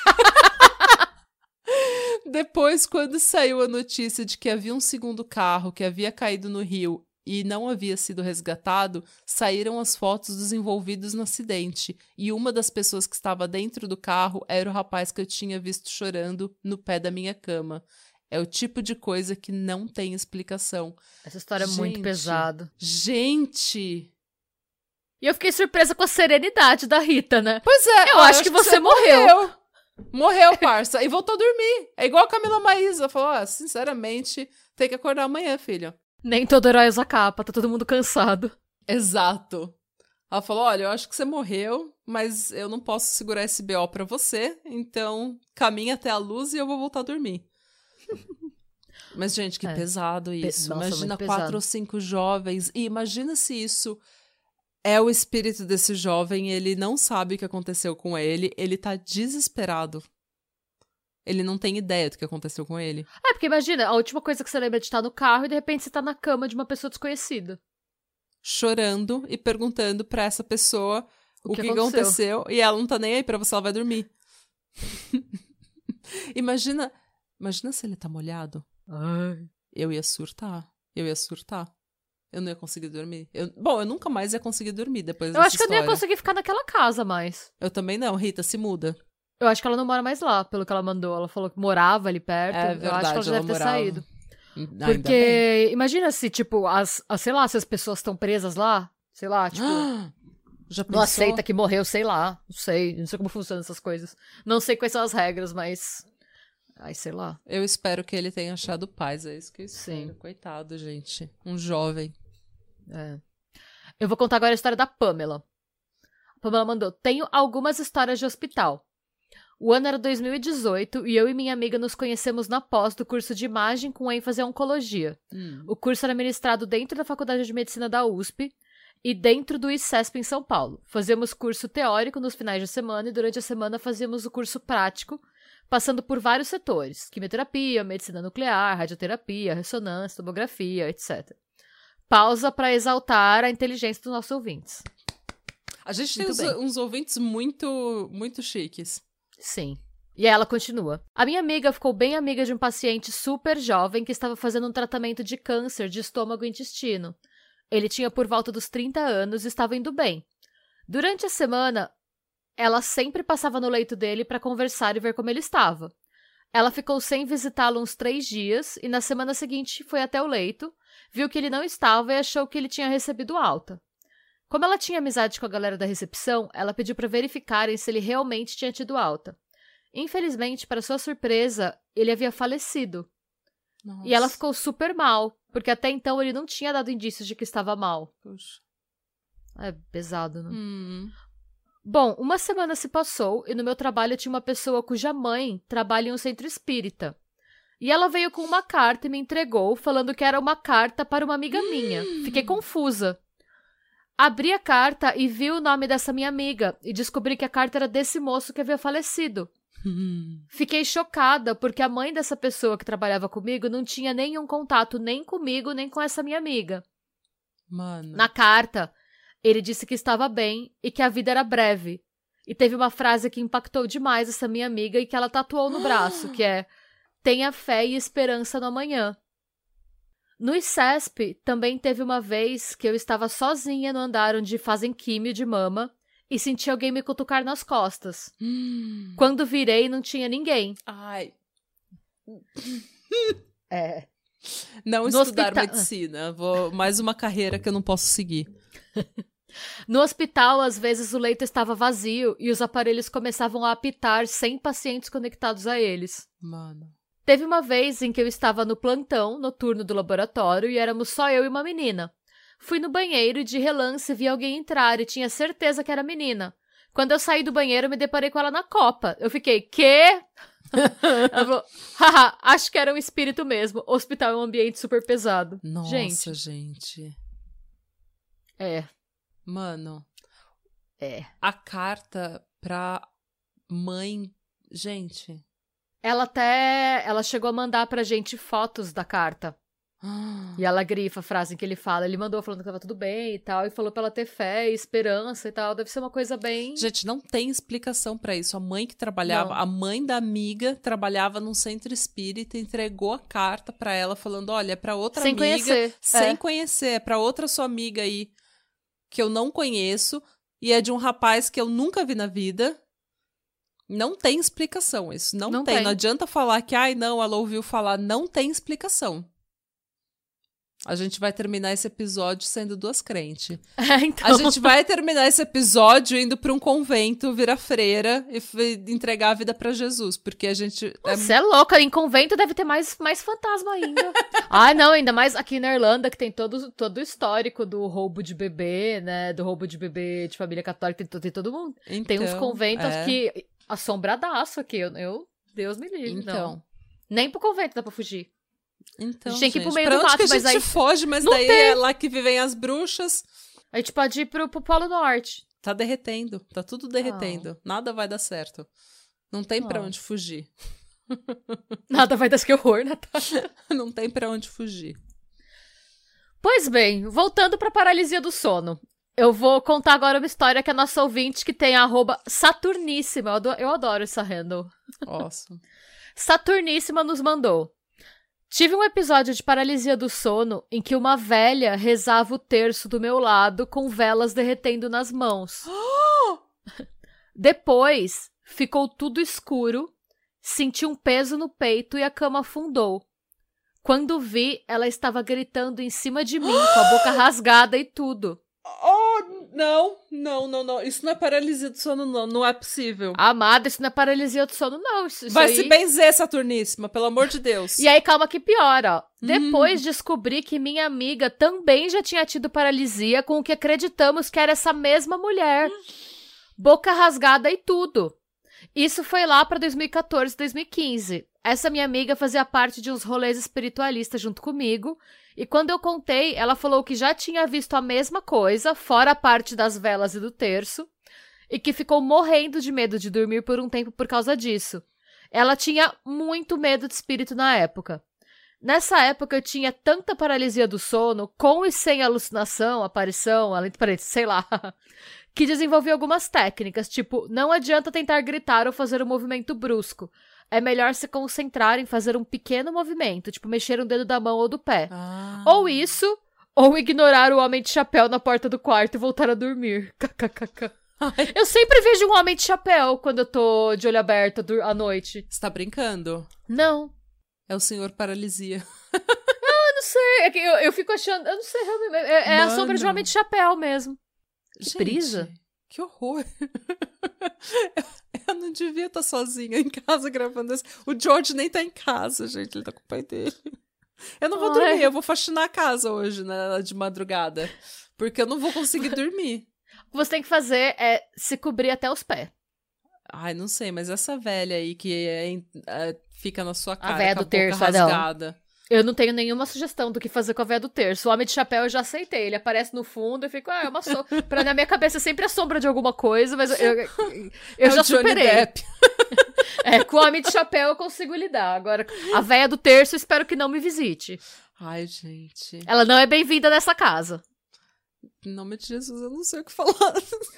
Depois, quando saiu a notícia de que havia um segundo carro que havia caído no rio e não havia sido resgatado, saíram as fotos dos envolvidos no acidente. E uma das pessoas que estava dentro do carro era o rapaz que eu tinha visto chorando no pé da minha cama. É o tipo de coisa que não tem explicação. Essa história é muito pesada. Gente! E eu fiquei surpresa com a serenidade da Rita, né? Pois é. Eu acho que você morreu. Morreu, parça. E voltou a dormir. É igual a Camila Maísa. Falou, sinceramente, tem que acordar amanhã, filha. Nem todo herói usa capa, tá todo mundo cansado. Exato. Ela falou, olha, eu acho que você morreu, mas eu não posso segurar esse BO pra você, então caminha até a luz e eu vou voltar a dormir. Mas, gente, que pesado isso. Nossa, imagina 4 pesado. ou 5 jovens. E imagina se isso é o espírito desse jovem, ele não sabe o que aconteceu com ele, ele tá desesperado. Ele não tem ideia do que aconteceu com ele. Porque imagina, a última coisa que você lembra é de estar no carro e de repente você tá na cama de uma pessoa desconhecida. Chorando e perguntando pra essa pessoa o que aconteceu. E ela não tá nem aí pra você, ela vai dormir. Imagina se ele tá molhado. Ai. Eu ia surtar. Eu não ia conseguir dormir. Eu nunca mais ia conseguir dormir depois dessa Eu acho que eu história. não ia conseguir ficar naquela casa mais. Eu também não. Rita, se muda. Eu acho que ela não mora mais lá, pelo que ela mandou. Ela falou que morava ali perto. É verdade, eu acho que ela já deve ter morava. saído. Ainda Porque, bem. imagina se, tipo, sei lá, se as pessoas estão presas lá, sei lá, tipo, Já não pensou? aceita que morreu, sei lá, não sei como funcionam essas coisas. Não sei quais são as regras, mas, ai, sei lá. Eu espero que ele tenha achado paz, é isso que eu espero. Sim. Coitado, gente. Um jovem. É. Eu vou contar agora a história da Pamela. A Pamela mandou, tenho algumas histórias de hospital. O ano era 2018 e eu e minha amiga nos conhecemos na pós do curso de imagem com ênfase em oncologia. O curso era ministrado dentro da Faculdade de Medicina da USP e dentro do ICESP em São Paulo. Fazíamos curso teórico nos finais de semana e durante a semana fazíamos o curso prático, passando por vários setores, quimioterapia, medicina nuclear, radioterapia, ressonância, tomografia, etc. Pausa para exaltar a inteligência dos nossos ouvintes. A gente Muito tem bem. uns ouvintes muito, muito chiques. Sim. E aí ela continua. A minha amiga ficou bem amiga de um paciente super jovem que estava fazendo um tratamento de câncer de estômago e intestino. Ele tinha por volta dos 30 anos e estava indo bem. Durante a semana, ela sempre passava no leito dele para conversar e ver como ele estava. Ela ficou sem visitá-lo uns 3 dias e na semana seguinte foi até o leito, viu que ele não estava e achou que ele tinha recebido alta. Como ela tinha amizade com a galera da recepção, ela pediu para verificarem se ele realmente tinha tido alta. Infelizmente, para sua surpresa, ele havia falecido. Nossa. E ela ficou super mal, porque até então ele não tinha dado indícios de que estava mal. Puxa. É pesado, né? Bom, uma semana se passou e no meu trabalho tinha uma pessoa cuja mãe trabalha em um centro espírita. E ela veio com uma carta e me entregou, falando que era uma carta para uma amiga minha. Fiquei confusa. Abri a carta e vi o nome dessa minha amiga e descobri que a carta era desse moço que havia falecido. Fiquei chocada porque a mãe dessa pessoa que trabalhava comigo não tinha nenhum contato nem comigo nem com essa minha amiga. Mano. Na carta, ele disse que estava bem e que a vida era breve. E teve uma frase que impactou demais essa minha amiga e que ela tatuou no braço, que é: tenha fé e esperança no amanhã. No ICESP, também teve uma vez que eu estava sozinha no andar onde fazem químio de mama e senti alguém me cutucar nas costas. Quando virei, não tinha ninguém. Ai. É. Não No estudar hospital- medicina. Mais uma carreira que eu não posso seguir. No hospital, às vezes o leito estava vazio e os aparelhos começavam a apitar sem pacientes conectados a eles. Mano. Teve uma vez em que eu estava no plantão, no turno do laboratório, e éramos só eu e uma menina. Fui no banheiro e de relance vi alguém entrar e tinha certeza que era menina. Quando eu saí do banheiro, me deparei com ela na copa. Eu fiquei, quê? Ela falou, haha, acho que era um espírito mesmo. O hospital é um ambiente super pesado. Nossa, gente. É. Mano. É. A carta pra mãe, gente. Ela chegou a mandar pra gente fotos da carta. E ela grifa a frase em que ele fala. Ele mandou falando que tava tudo bem e tal. E falou pra ela ter fé e esperança e tal. Deve ser uma coisa bem... Gente, não tem explicação pra isso. A mãe que trabalhava... Não. A mãe da amiga trabalhava num centro espírita e entregou a carta pra ela falando, olha, é pra outra Sem amiga... conhecer. Sem conhecer. É pra outra sua amiga aí que eu não conheço. E é de um rapaz que eu nunca vi na vida. Não tem explicação isso. Não tem. Não adianta falar que, ai, não, ela ouviu falar. Não tem explicação. A gente vai terminar esse episódio sendo duas crentes. Então... A gente vai terminar esse episódio indo pra um convento, virar freira e entregar a vida pra Jesus, porque a gente... Você é louca, em convento deve ter mais fantasma ainda. Ai, não, ainda mais aqui na Irlanda, que tem todo o histórico do roubo de bebê, né, do roubo de bebê de família católica, tem todo mundo. Então, tem uns conventos que... Assombradaço aqui, Deus me livre, então. Não. Nem pro convento dá pra fugir. Então, tem que ir pro meio pra do onde mato, que a mas gente aí... foge, mas Não daí tem. é lá que vivem as bruxas. A gente pode ir pro Polo Norte. Tá derretendo, tá tudo derretendo. Nada vai dar certo. Não tem pra onde fugir. Nada vai dar, que horror, Natália. Não tem pra onde fugir. Pois bem, voltando pra paralisia do sono. Eu vou contar agora uma história que a nossa ouvinte, que tem @Saturníssima, eu adoro essa handle. Awesome. Saturníssima nos mandou. Tive um episódio de paralisia do sono em que uma velha rezava o terço do meu lado com velas derretendo nas mãos. Depois, ficou tudo escuro, senti um peso no peito e a cama afundou. Quando vi, ela estava gritando em cima de mim, com a boca rasgada e tudo. Oh, não. Isso não é paralisia do sono, não. Não é possível. Amada, isso não é paralisia do sono, não. Isso Vai aí... se benzer, Saturníssima, pelo amor de Deus. E aí, calma que piora, ó. Depois descobri que minha amiga também já tinha tido paralisia, com o que acreditamos que era essa mesma mulher. Boca rasgada e tudo. Isso foi lá pra 2014, 2015. Essa minha amiga fazia parte de uns rolês espiritualistas junto comigo, e quando eu contei, ela falou que já tinha visto a mesma coisa, fora a parte das velas e do terço, e que ficou morrendo de medo de dormir por um tempo por causa disso. Ela tinha muito medo de espírito na época. Nessa época eu tinha tanta paralisia do sono, com e sem alucinação, aparição, além de parênteses, sei lá, que desenvolvi algumas técnicas, tipo, não adianta tentar gritar ou fazer um movimento brusco. É melhor se concentrar em fazer um pequeno movimento, tipo mexer um dedo da mão ou do pé. Ou isso, ou ignorar o homem de chapéu na porta do quarto e voltar a dormir. KKKK. Eu sempre vejo um homem de chapéu quando eu tô de olho aberto à noite. Você tá brincando? Não. É o senhor paralisia. Eu não sei, é que eu fico achando, eu não sei, realmente, é a sombra de um homem de chapéu mesmo. Que gente, brisa. Que horror. Eu não devia estar sozinha em casa gravando isso. O George nem tá em casa, gente. Ele tá com o pai dele. Eu não vou dormir, eu vou faxinar a casa hoje, né, de madrugada. Porque eu não vou conseguir dormir. O que você tem que fazer é se cobrir até os pés. Ai, não sei, mas essa velha aí que fica na sua cara, a velha com a do terço, boca rasgada. Eu não tenho nenhuma sugestão do que fazer com a véia do terço. O homem de chapéu eu já aceitei. Ele aparece no fundo e fico, é uma sombra. Na minha cabeça é sempre a sombra de alguma coisa, mas eu já superei. Com o homem de chapéu eu consigo lidar. Agora, a véia do terço eu espero que não me visite. Ai, gente. Ela não é bem-vinda nessa casa. Em nome de Jesus, eu não sei o que falar.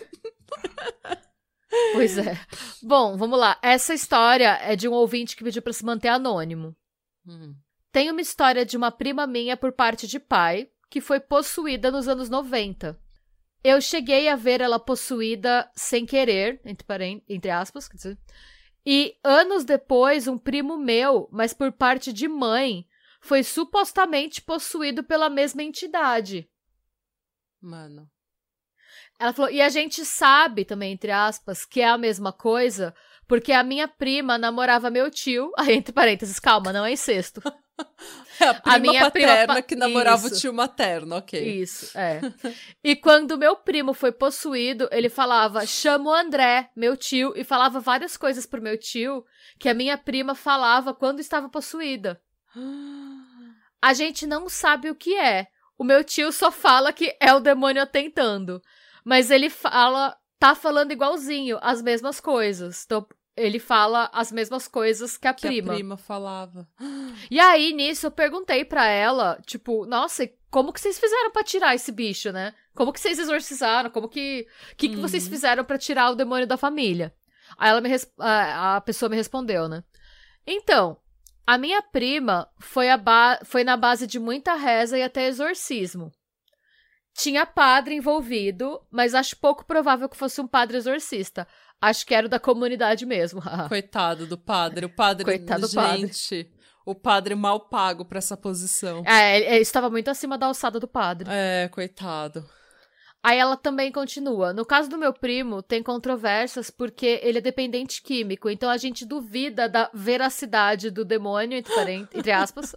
Pois é. Bom, vamos lá. Essa história é de um ouvinte que pediu pra se manter anônimo. Tem uma história de uma prima minha por parte de pai, que foi possuída nos anos 90. Eu cheguei a ver ela possuída sem querer, entre aspas, quer dizer, e anos depois, um primo meu, mas por parte de mãe, foi supostamente possuído pela mesma entidade. Mano. Ela falou, e a gente sabe também, entre aspas, que é a mesma coisa, porque a minha prima namorava meu tio, aí entre parênteses, calma, não é incesto. É a prima minha paterna prima que namorava Isso. o tio materno, ok. Isso, é. E quando meu primo foi possuído, ele falava, chama o André, meu tio, e falava várias coisas pro meu tio que a minha prima falava quando estava possuída. A gente não sabe o que é. O meu tio só fala que é o demônio atentando. Mas ele tá falando igualzinho, as mesmas coisas. Então, ele fala as mesmas coisas que a prima. Que a prima falava. E aí, nisso, eu perguntei pra ela, tipo, nossa, como que vocês fizeram pra tirar esse bicho, né? Como que vocês exorcizaram? Como que vocês fizeram pra tirar o demônio da família? Aí a pessoa me respondeu, né? Então, a minha prima foi na base de muita reza e até exorcismo. Tinha padre envolvido, mas acho pouco provável que fosse um padre exorcista. Acho que era o da comunidade mesmo. Coitado do padre. O padre, Coitado do padre. gente, o padre mal pago pra essa posição. Ele estava muito acima da alçada do padre. É, coitado. Aí ela também continua. No caso do meu primo, tem controvérsias porque ele é dependente químico, então a gente duvida da veracidade do demônio, entre aspas.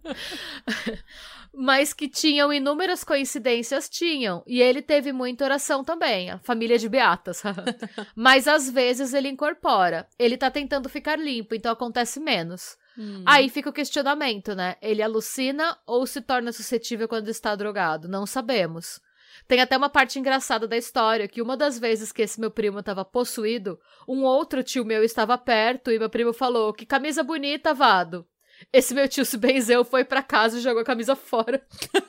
Mas que tinham inúmeras coincidências, tinham. E ele teve muita oração também, a família de beatas. Mas às vezes ele incorpora. Ele tá tentando ficar limpo, então acontece menos. Aí fica o questionamento, né? Ele alucina ou se torna suscetível quando está drogado? Não sabemos. Tem até uma parte engraçada da história, que uma das vezes que esse meu primo estava possuído, um outro tio meu estava perto e meu primo falou, que camisa bonita, vado. Esse meu tio se benzeu, foi pra casa e jogou a camisa fora.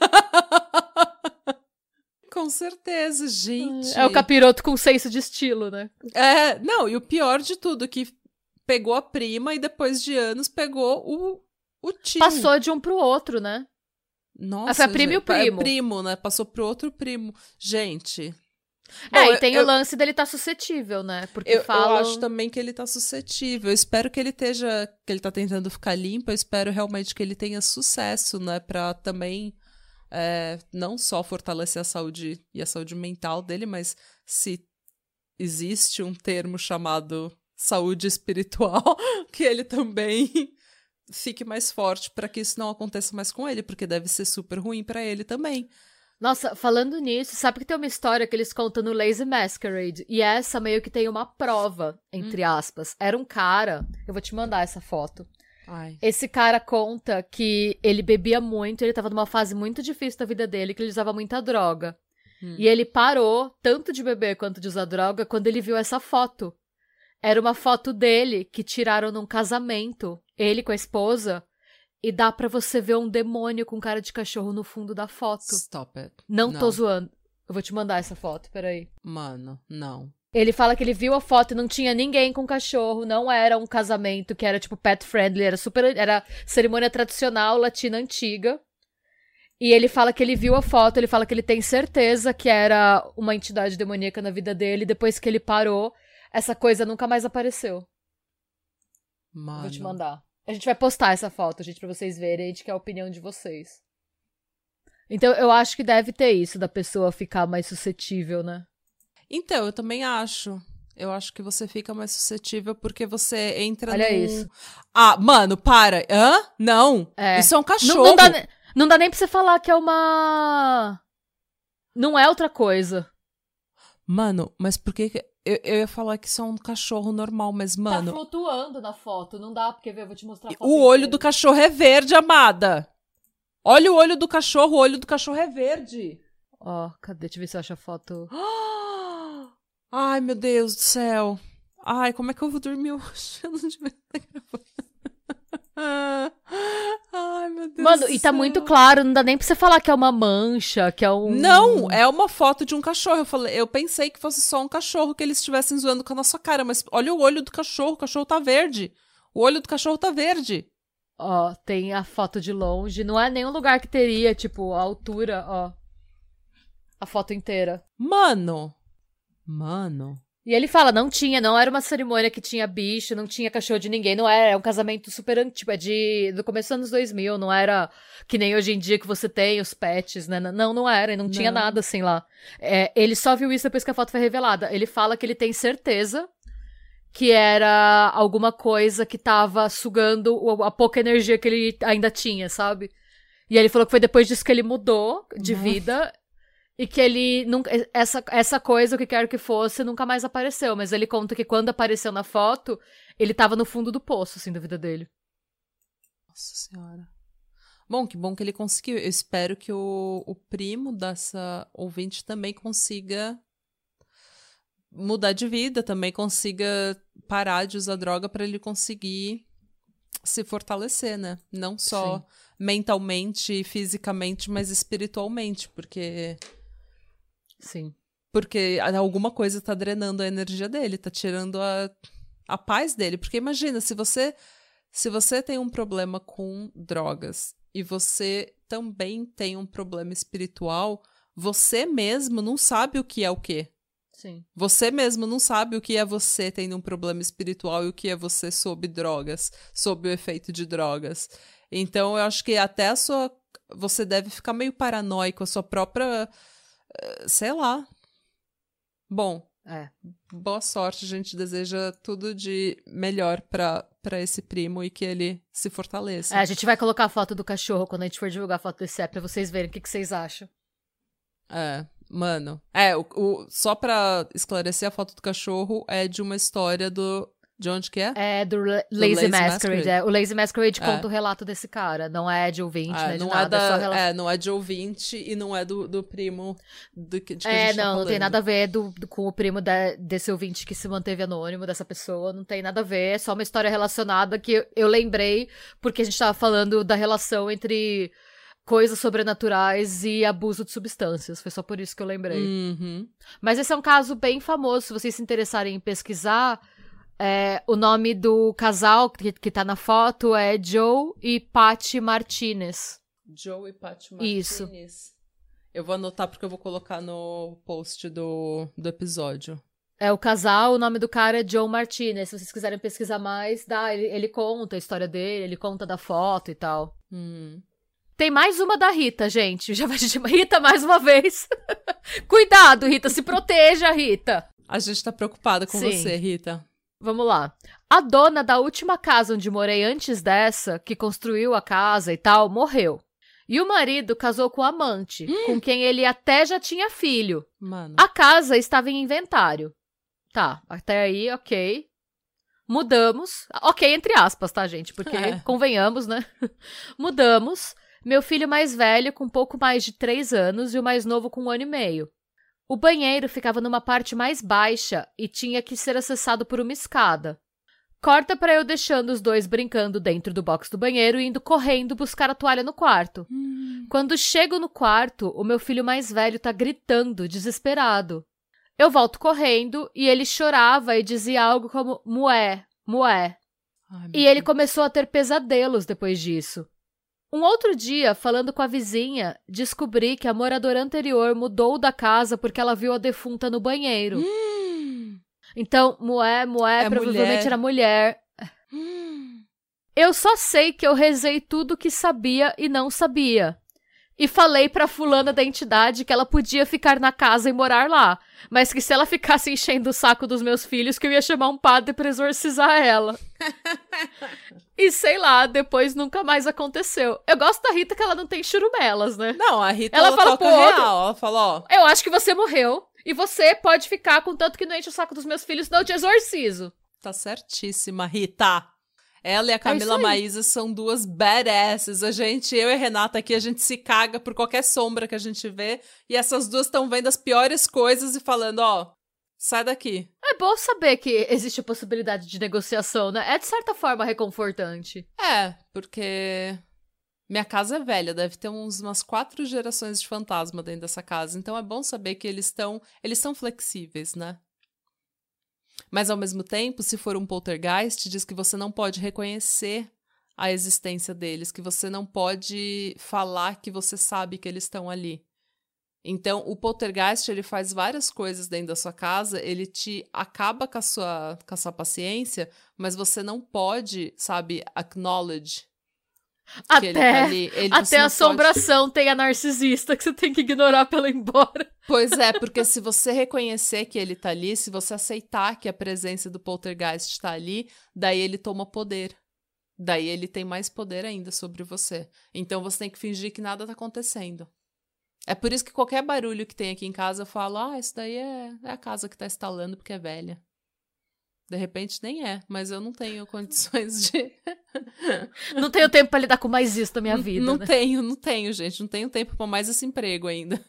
Com certeza, gente. É o capiroto com senso de estilo, né? É, não, e o pior de tudo, que pegou a prima e depois de anos pegou o tio. Passou de um pro outro, né? Nossa, foi a prima e o primo. É primo, né? Passou pro outro primo. Gente. Bom, e tem o lance dele tá suscetível, né? Porque eu acho também que ele tá suscetível. Eu espero que ele tá tentando ficar limpo. Eu espero realmente que ele tenha sucesso, né? Pra também não só fortalecer a saúde e a saúde mental dele, mas se existe um termo chamado saúde espiritual, que ele também fique mais forte para que isso não aconteça mais com ele, porque deve ser super ruim para ele também. Nossa, falando nisso, sabe que tem uma história que eles contam no Lazy Masquerade, e essa meio que tem uma prova, entre aspas. Era um cara, eu vou te mandar essa foto. Ai. Esse cara conta que ele bebia muito, ele tava numa fase muito difícil da vida dele, que ele usava muita droga. E ele parou, tanto de beber quanto de usar droga, quando ele viu essa foto. Era uma foto dele que tiraram num casamento, ele com a esposa, e dá pra você ver um demônio com cara de cachorro no fundo da foto. Stop it. Não tô zoando. Eu vou te mandar essa foto, peraí. Mano, não. Ele fala que ele viu a foto e não tinha ninguém com cachorro, não era um casamento que era tipo pet friendly, era cerimônia tradicional latina antiga. E ele fala que ele viu a foto, ele fala que ele tem certeza que era uma entidade demoníaca na vida dele, depois que ele parou, essa coisa nunca mais apareceu. Mano. Vou te mandar. A gente vai postar essa foto, gente, pra vocês verem. A gente quer a opinião de vocês. Então, eu acho que deve ter isso, da pessoa ficar mais suscetível, né? Então, eu também acho. Eu acho que você fica mais suscetível porque você entra Olha isso. Ah, mano, para. Hã? Não. Isso é um cachorro. Não dá nem pra você falar que é uma... Não é outra coisa. Mano, mas por que... Eu ia falar que isso é um cachorro normal, mas, mano... Tá flutuando na foto, não dá, porque eu vou te mostrar a foto O olho inteira. do cachorro é verde, amada. Olha o olho do cachorro é verde. Ó, cadê? Deixa eu ver se eu acho a foto. Ai, meu Deus do céu. Ai, como é que eu vou dormir hoje? Eu não devia estar gravando. Ai, meu Deus Mano, do e tá céu. muito claro, não dá nem pra você falar que é uma mancha, que é um... Não, é uma foto de um cachorro. Eu pensei que fosse só um cachorro que eles estivessem zoando com a nossa cara, mas olha o olho do cachorro, o cachorro tá verde. O olho do cachorro tá verde. Ó, tem a foto de longe, não é nenhum lugar que teria, tipo, a altura, ó. A foto inteira. Mano. E ele fala, não era uma cerimônia que tinha bicho, não tinha cachorro de ninguém, não era, é um casamento super antigo, do começo dos anos 2000, não era que nem hoje em dia que você tem os pets, né, não era, não tinha nada assim lá. Ele só viu isso depois que a foto foi revelada, ele fala que ele tem certeza que era alguma coisa que tava sugando a pouca energia que ele ainda tinha, sabe? E aí ele falou que foi depois disso que ele mudou de vida e que ele nunca... Essa coisa, o que quer que fosse, nunca mais apareceu. Mas ele conta que quando apareceu na foto, ele tava no fundo do poço, assim, da vida dele. Nossa Senhora. Bom que ele conseguiu. Eu espero que o primo dessa ouvinte também consiga mudar de vida, também consiga parar de usar droga para ele conseguir se fortalecer, né? Não só mentalmente e fisicamente, mas espiritualmente, porque... Sim. Porque alguma coisa tá drenando a energia dele, tá tirando a paz dele. Porque imagina, se você tem um problema com drogas e você também tem um problema espiritual, você mesmo não sabe o que é o quê. Sim. Você mesmo não sabe o que é você tendo um problema espiritual e o que é você sob drogas, sob o efeito de drogas. Então, eu acho que até você deve ficar meio paranoico, a sua própria... sei lá. Bom, boa sorte, a gente deseja tudo de melhor pra esse primo e que ele se fortaleça. A gente vai colocar a foto do cachorro quando a gente for divulgar a foto desse app pra vocês verem o que vocês acham. Mano. Só pra esclarecer, a foto do cachorro é de uma história de onde que é? É do Lazy Masquerade. O Lazy Masquerade conta o relato desse cara. Não é de ouvinte, né? Não nada, não é de ouvinte e não é do primo de que a gente tá não tem nada a ver com o primo desse ouvinte que se manteve anônimo, dessa pessoa. Não tem nada a ver. É só uma história relacionada que eu lembrei porque a gente tava falando da relação entre coisas sobrenaturais e abuso de substâncias. Foi só por isso que eu lembrei. Uhum. Mas esse é um caso bem famoso. Se vocês se interessarem em pesquisar... o nome do casal que tá na foto é Joe e Patty Martinez. Joe e Patty Martinez. Isso. Eu vou anotar porque eu vou colocar no post do episódio. O casal, o nome do cara é Joe Martinez. Se vocês quiserem pesquisar mais, ele conta a história dele, ele conta da foto e tal. Tem mais uma da Rita, gente. Já vai Rita, mais uma vez. Cuidado, Rita, se proteja, Rita. A gente tá preocupada com você, Rita. Vamos lá. A dona da última casa onde morei antes dessa, que construiu a casa e tal, morreu. E o marido casou com a amante, com quem ele até já tinha filho. Mano. A casa estava em inventário. Tá, até aí, ok. Mudamos. Ok, entre aspas, tá, gente? Porque, convenhamos, né? Mudamos. Meu filho mais velho com pouco mais de 3 anos e o mais novo com 1 ano e meio. O banheiro ficava numa parte mais baixa e tinha que ser acessado por uma escada. Corta pra eu deixando os dois brincando dentro do box do banheiro e indo correndo buscar a toalha no quarto. Quando chego no quarto, o meu filho mais velho tá gritando, desesperado. Eu volto correndo e ele chorava e dizia algo como mué, mué. E ele começou a ter pesadelos depois disso. Um outro dia, falando com a vizinha, descobri que a moradora anterior mudou da casa porque ela viu a defunta no banheiro. Então, Mué provavelmente era mulher. Eu só sei que eu rezei tudo que sabia e não sabia. E falei pra fulana da entidade que ela podia ficar na casa e morar lá, mas que se ela ficasse enchendo o saco dos meus filhos, que eu ia chamar um padre pra exorcizar ela. E sei lá, depois nunca mais aconteceu. Eu gosto da Rita que ela não tem churumelas, né? Não, a Rita ela fala toca real. Ela fala, ó... Eu acho que você morreu e você pode ficar com tanto que não enche o saco dos meus filhos, senão eu te exorcizo. Tá certíssima, Rita. Ela e a Camila Maísa são duas badasses. Eu e a Renata aqui, a gente se caga por qualquer sombra que a gente vê. E essas duas estão vendo as piores coisas e falando, ó, sai daqui. É bom saber que existe a possibilidade de negociação, né? É de certa forma reconfortante. Porque minha casa é velha, deve ter umas 4 gerações de fantasma dentro dessa casa. Então é bom saber que eles são flexíveis, né? Mas, ao mesmo tempo, se for um poltergeist, diz que você não pode reconhecer a existência deles, que você não pode falar que você sabe que eles estão ali. Então, o poltergeist, ele faz várias coisas dentro da sua casa, ele te acaba com a sua paciência, mas você não pode, sabe, acknowledge. Que ele tá ali, até a assombração tem a narcisista que você tem que ignorar pra ela ir embora. Pois é, porque se você reconhecer que ele tá ali, se você aceitar que a presença do poltergeist tá ali, daí ele toma poder. Daí ele tem mais poder ainda sobre você. Então você tem que fingir que nada tá acontecendo. É por isso que qualquer barulho que tem aqui em casa eu falo, isso daí é a casa que tá instalando porque é velha. De repente nem é, mas eu não tenho condições de... Não tenho tempo pra lidar com mais isso da minha vida, Não né? tenho, gente. Não tenho tempo pra mais esse emprego ainda.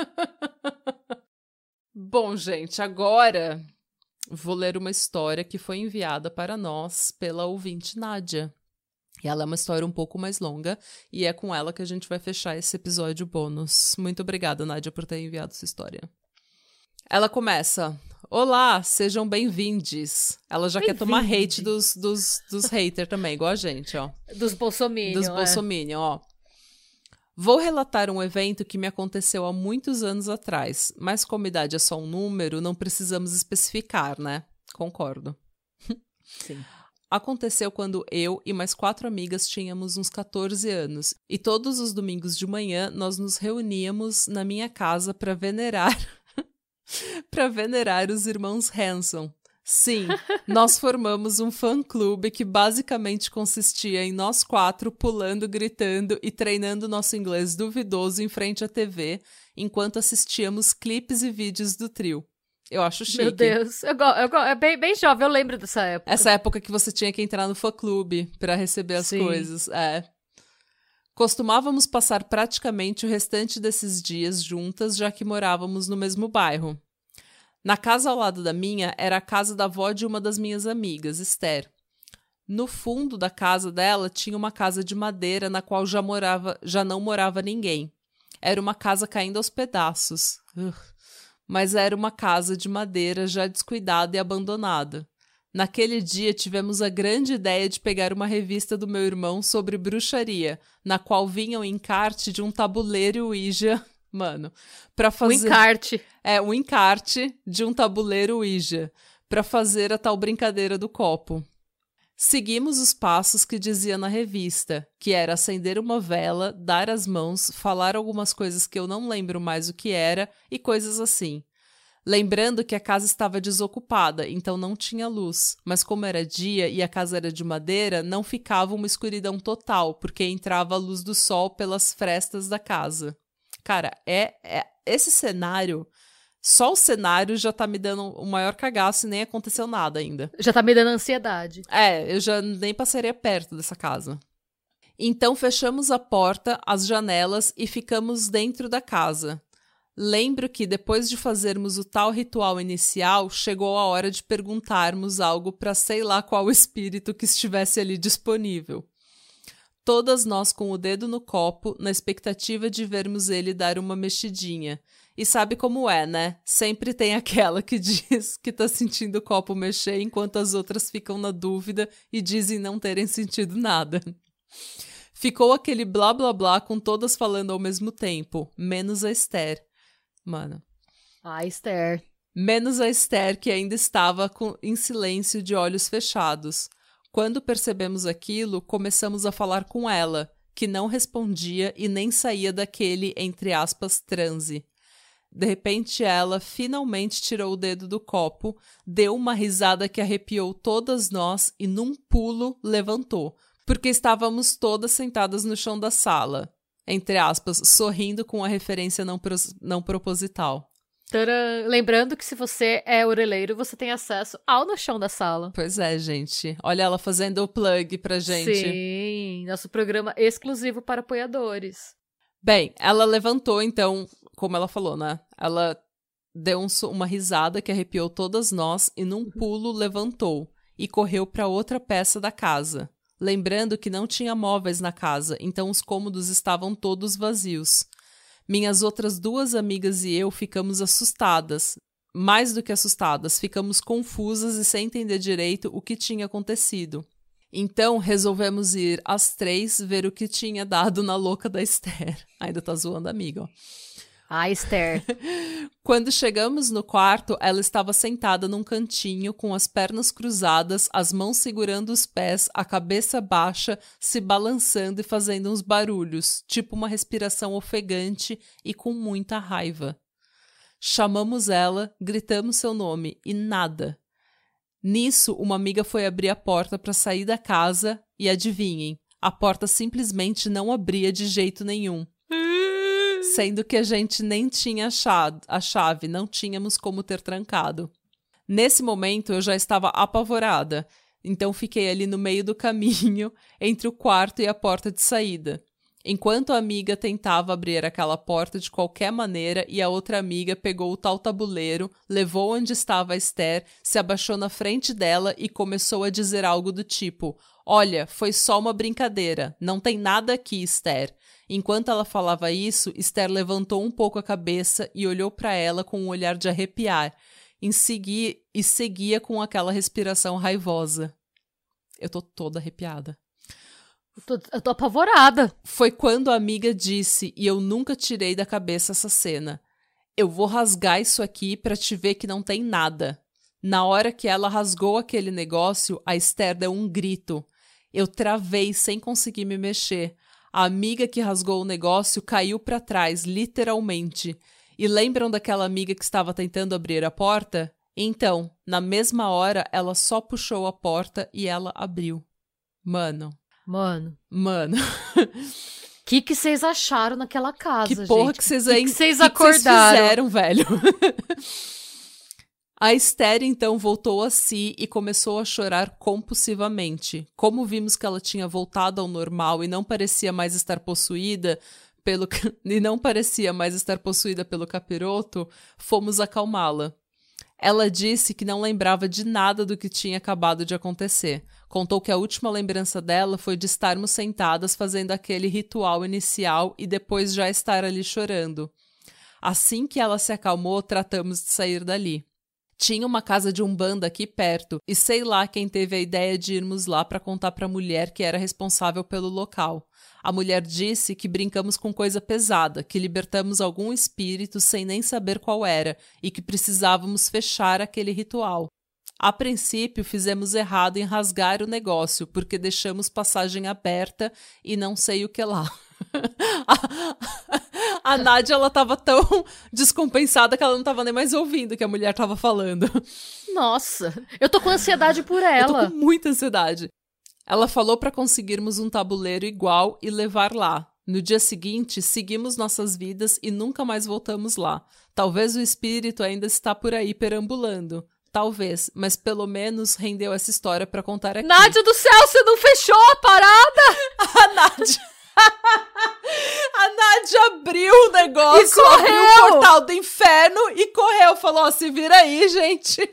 Bom, gente, agora vou ler uma história que foi enviada para nós pela ouvinte Nádia. E ela é uma história um pouco mais longa e é com ela que a gente vai fechar esse episódio bônus. Muito obrigada, Nádia, por ter enviado essa história. Ela começa... Olá, sejam bem-vindes. Ela já quer tomar hate dos haters também, igual a gente, ó. Dos bolsominion. Dos bolsominion, ó. Vou relatar um evento que me aconteceu há muitos anos atrás, mas como idade é só um número, não precisamos especificar, né? Concordo. Sim. Aconteceu quando eu e mais 4 amigas tínhamos uns 14 anos, e todos os domingos de manhã nós nos reuníamos na minha casa para venerar os irmãos Hanson. Sim, nós formamos um fã-clube que basicamente consistia em nós 4 pulando, gritando e treinando nosso inglês duvidoso em frente à TV, enquanto assistíamos clipes e vídeos do trio. Eu acho chique. Meu Deus, é bem jovem, eu lembro dessa época. Essa época que você tinha que entrar no fã-clube para receber as coisas, Costumávamos passar praticamente o restante desses dias juntas, já que morávamos no mesmo bairro. Na casa ao lado da minha era a casa da avó de uma das minhas amigas, Esther. No fundo da casa dela tinha uma casa de madeira na qual já não morava ninguém. Era uma casa caindo aos pedaços. Mas era uma casa de madeira já descuidada e abandonada. Naquele dia tivemos a grande ideia de pegar uma revista do meu irmão sobre bruxaria, na qual vinha o encarte de um tabuleiro Ouija, pra fazer... Um encarte. Um encarte de um tabuleiro Ouija, pra fazer a tal brincadeira do copo. Seguimos os passos que dizia na revista, que era acender uma vela, dar as mãos, falar algumas coisas que eu não lembro mais o que era e coisas assim. Lembrando que a casa estava desocupada, então não tinha luz, mas como era dia e a casa era de madeira, não ficava uma escuridão total, porque entrava a luz do sol pelas frestas da casa. Cara, esse cenário, só o cenário já tá me dando o maior cagaço e nem aconteceu nada ainda. Já tá me dando ansiedade. Eu já nem passaria perto dessa casa. Então fechamos a porta, as janelas e ficamos dentro da casa. Lembro que, depois de fazermos o tal ritual inicial, chegou a hora de perguntarmos algo para sei lá qual espírito que estivesse ali disponível. Todas nós com o dedo no copo, na expectativa de vermos ele dar uma mexidinha. E sabe como é, né? Sempre tem aquela que diz que tá sentindo o copo mexer, enquanto as outras ficam na dúvida e dizem não terem sentido nada. Ficou aquele blá blá blá com todas falando ao mesmo tempo, menos a Esther. A Esther. Menos a Esther, que ainda estava em silêncio de olhos fechados. Quando percebemos aquilo, começamos a falar com ela, que não respondia e nem saía daquele, entre aspas, transe. De repente ela finalmente tirou o dedo do copo, deu uma risada que arrepiou todas nós e num pulo levantou, porque estávamos todas sentadas no chão da sala. Entre aspas, sorrindo com a referência não proposital. Tcharam. Lembrando que se você é orelheiro, você tem acesso ao No Chão da Sala. Pois é, gente. Olha ela fazendo o plug pra gente. Sim, nosso programa exclusivo para apoiadores. Bem, ela levantou, então, como ela falou, né? Ela deu uma risada que arrepiou todas nós e num pulo levantou e correu para outra peça da casa. Lembrando que não tinha móveis na casa, então os cômodos estavam todos vazios. Minhas outras 2 amigas e eu ficamos assustadas. Mais do que assustadas, ficamos confusas e sem entender direito o que tinha acontecido. Então, resolvemos ir às 3 ver o que tinha dado na louca da Esther. Ainda tá zoando a amiga, ó. Ah, Esther. Quando chegamos no quarto, ela estava sentada num cantinho, com as pernas cruzadas, as mãos segurando os pés, a cabeça baixa, se balançando e fazendo uns barulhos, tipo uma respiração ofegante e com muita raiva. Chamamos ela, gritamos seu nome e nada. Nisso, uma amiga foi abrir a porta para sair da casa e adivinhem, a porta simplesmente não abria de jeito nenhum. Sendo que a gente nem tinha a chave, não tínhamos como ter trancado. Nesse momento, eu já estava apavorada, então fiquei ali no meio do caminho, entre o quarto e a porta de saída. Enquanto a amiga tentava abrir aquela porta de qualquer maneira e a outra amiga pegou o tal tabuleiro, levou onde estava a Esther, se abaixou na frente dela e começou a dizer algo do tipo: "Olha, foi só uma brincadeira, não tem nada aqui, Esther." Enquanto ela falava isso, Esther levantou um pouco a cabeça e olhou para ela com um olhar de arrepiar, e seguia com aquela respiração raivosa. Eu tô toda arrepiada. Eu tô apavorada. Foi quando a amiga disse, e eu nunca tirei da cabeça essa cena: "Eu vou rasgar isso aqui pra te ver que não tem nada." Na hora que ela rasgou aquele negócio, a Esther deu um grito. Eu travei sem conseguir me mexer. A amiga que rasgou o negócio caiu pra trás, literalmente. E lembram daquela amiga que estava tentando abrir a porta? Então, na mesma hora, ela só puxou a porta e ela abriu. Mano. O que vocês acharam naquela casa, gente? Que porra que vocês aí... que vocês acordaram? Que fizeram, velho? A Esther, então, voltou a si e começou a chorar compulsivamente. Como vimos que ela tinha voltado ao normal e não parecia mais estar possuída pelo capiroto, fomos acalmá-la. Ela disse que não lembrava de nada do que tinha acabado de acontecer. Contou que a última lembrança dela foi de estarmos sentadas fazendo aquele ritual inicial e depois já estar ali chorando. Assim que ela se acalmou, tratamos de sair dali. Tinha uma casa de umbanda aqui perto, e sei lá quem teve a ideia de irmos lá para contar para a mulher que era responsável pelo local. A mulher disse que brincamos com coisa pesada, que libertamos algum espírito sem nem saber qual era, e que precisávamos fechar aquele ritual. A princípio, fizemos errado em rasgar o negócio, porque deixamos passagem aberta e não sei o que lá. A Nádia, ela tava tão descompensada que ela não tava nem mais ouvindo o que a mulher tava falando. Nossa, eu tô com ansiedade por ela. Eu tô com muita ansiedade. Ela falou para conseguirmos um tabuleiro igual e levar lá. No dia seguinte, seguimos nossas vidas e nunca mais voltamos lá. Talvez o espírito ainda está por aí perambulando. Talvez, mas pelo menos rendeu essa história para contar aqui. Nádia do céu, você não fechou a parada? A Nádia abriu o negócio, abriu o portal do inferno e correu. Falou, ó, se vira aí, gente.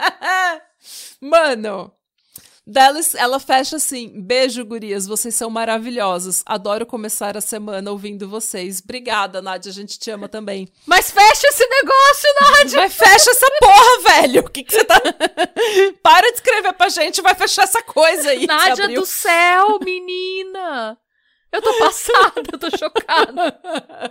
Mano, ela fecha assim: beijo, gurias, vocês são maravilhosas. Adoro começar a semana ouvindo vocês. Obrigada, Nádia, a gente te ama também. Mas fecha esse negócio, Nádia. Mas fecha essa porra, velho. O que você tá... Para de escrever pra gente, vai fechar essa coisa aí. Nádia do céu, menina. Eu tô passada, eu tô chocada.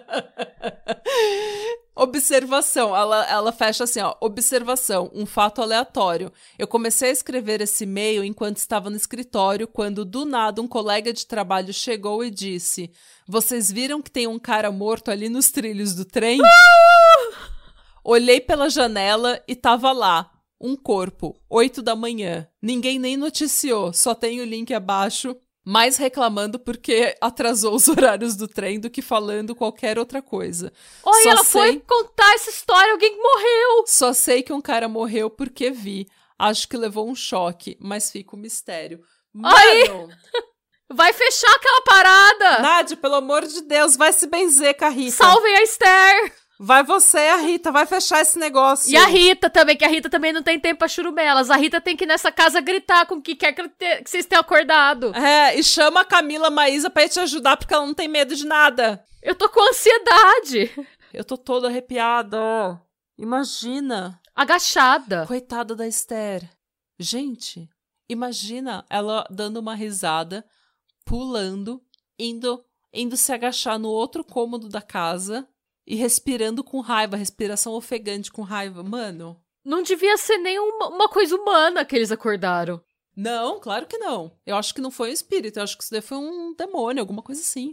Observação, ela fecha assim, ó. Observação, um fato aleatório. Eu comecei a escrever esse e-mail enquanto estava no escritório, quando do nada um colega de trabalho chegou e disse: "Vocês viram que tem um cara morto ali nos trilhos do trem?" Olhei pela janela e tava lá, um corpo, 8 da manhã. Ninguém nem noticiou, só tem o link abaixo. Mais reclamando porque atrasou os horários do trem do que falando qualquer outra coisa. Olha, ela foi contar essa história, alguém morreu. Só sei que um cara morreu porque vi. Acho que levou um choque, mas fica um mistério. Mano! Vai fechar aquela parada! Nádia, pelo amor de Deus, vai se benzer com a Rita. Salvem a Esther! Vai você e a Rita, vai fechar esse negócio. E a Rita também, que a Rita também não tem tempo pra churumelas. A Rita tem que ir nessa casa gritar com o que quer que vocês tenham acordado. É, e chama a Camila Maísa pra ir te ajudar, porque ela não tem medo de nada. Eu tô com ansiedade. Eu tô toda arrepiada, ó. Imagina. Agachada. Coitada da Esther. Gente, imagina ela dando uma risada, pulando, indo se agachar no outro cômodo da casa e respirando com raiva, respiração ofegante com raiva. Mano... Não devia ser nem uma coisa humana que eles acordaram. Não, claro que não. Eu acho que não foi um espírito, eu acho que isso daí foi um demônio, alguma coisa assim.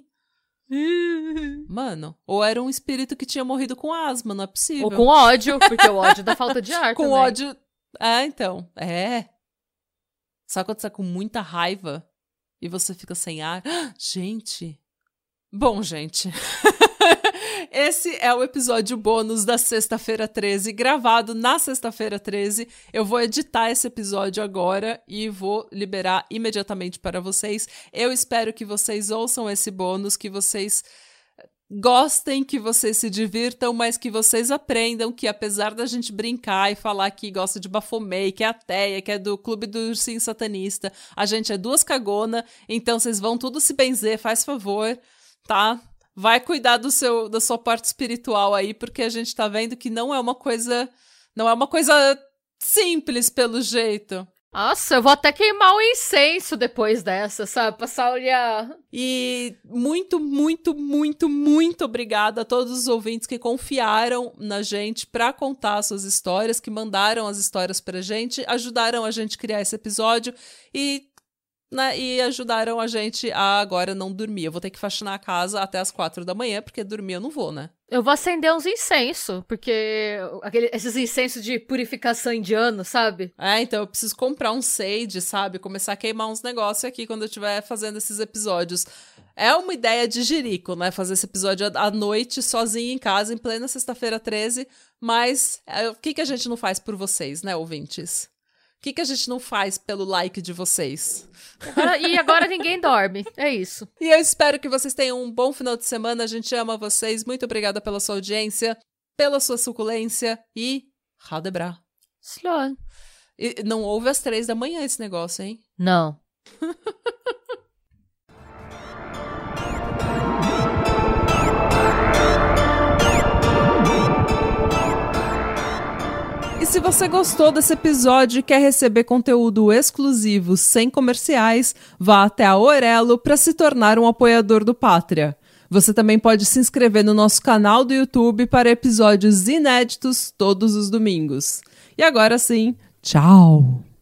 Mano, ou era um espírito que tinha morrido com asma, não é possível. Ou com ódio, porque o ódio dá falta de ar com também. ódio... então, Sabe quando você tá com muita raiva e você fica sem ar? Gente... Bom, gente... Esse é o episódio bônus da Sexta-feira 13, gravado na Sexta-feira 13. Eu vou editar esse episódio agora e vou liberar imediatamente para vocês. Eu espero que vocês ouçam esse bônus, que vocês gostem, que vocês se divirtam, mas que vocês aprendam que apesar da gente brincar e falar que gosta de Baphomet, que é ateia, que é do Clube do Ursinho Satanista, a gente é duas cagona, então vocês vão tudo se benzer, faz favor, tá? Vai cuidar da sua parte espiritual aí, porque a gente tá vendo que não é uma coisa simples, pelo jeito. Nossa, eu vou até queimar o incenso depois dessa, sabe? Passar a olhar. E muito, muito, muito, muito obrigada a todos os ouvintes que confiaram na gente pra contar suas histórias, que mandaram as histórias pra gente, ajudaram a gente a criar esse episódio e ajudaram a gente a agora não dormir. Eu vou ter que faxinar a casa até as 4 da manhã, porque dormir eu não vou, né? Eu vou acender uns incensos, porque esses incensos de purificação indiano, sabe? Então eu preciso comprar um sage, sabe? Começar a queimar uns negócios aqui quando eu estiver fazendo esses episódios. É uma ideia de jirico, né? Fazer esse episódio à noite, sozinho em casa, em plena Sexta-feira 13, mas o que a gente não faz por vocês, né, ouvintes? O que a gente não faz pelo like de vocês? E agora ninguém dorme. É isso. E eu espero que vocês tenham um bom final de semana. A gente ama vocês. Muito obrigada pela sua audiência, pela sua suculência e... Radebra. Slon. E não ouve às 3 da manhã esse negócio, hein? Não. E se você gostou desse episódio e quer receber conteúdo exclusivo sem comerciais, vá até a Orelo para se tornar um apoiador do Pátria. Você também pode se inscrever no nosso canal do YouTube para episódios inéditos todos os domingos. E agora sim, tchau!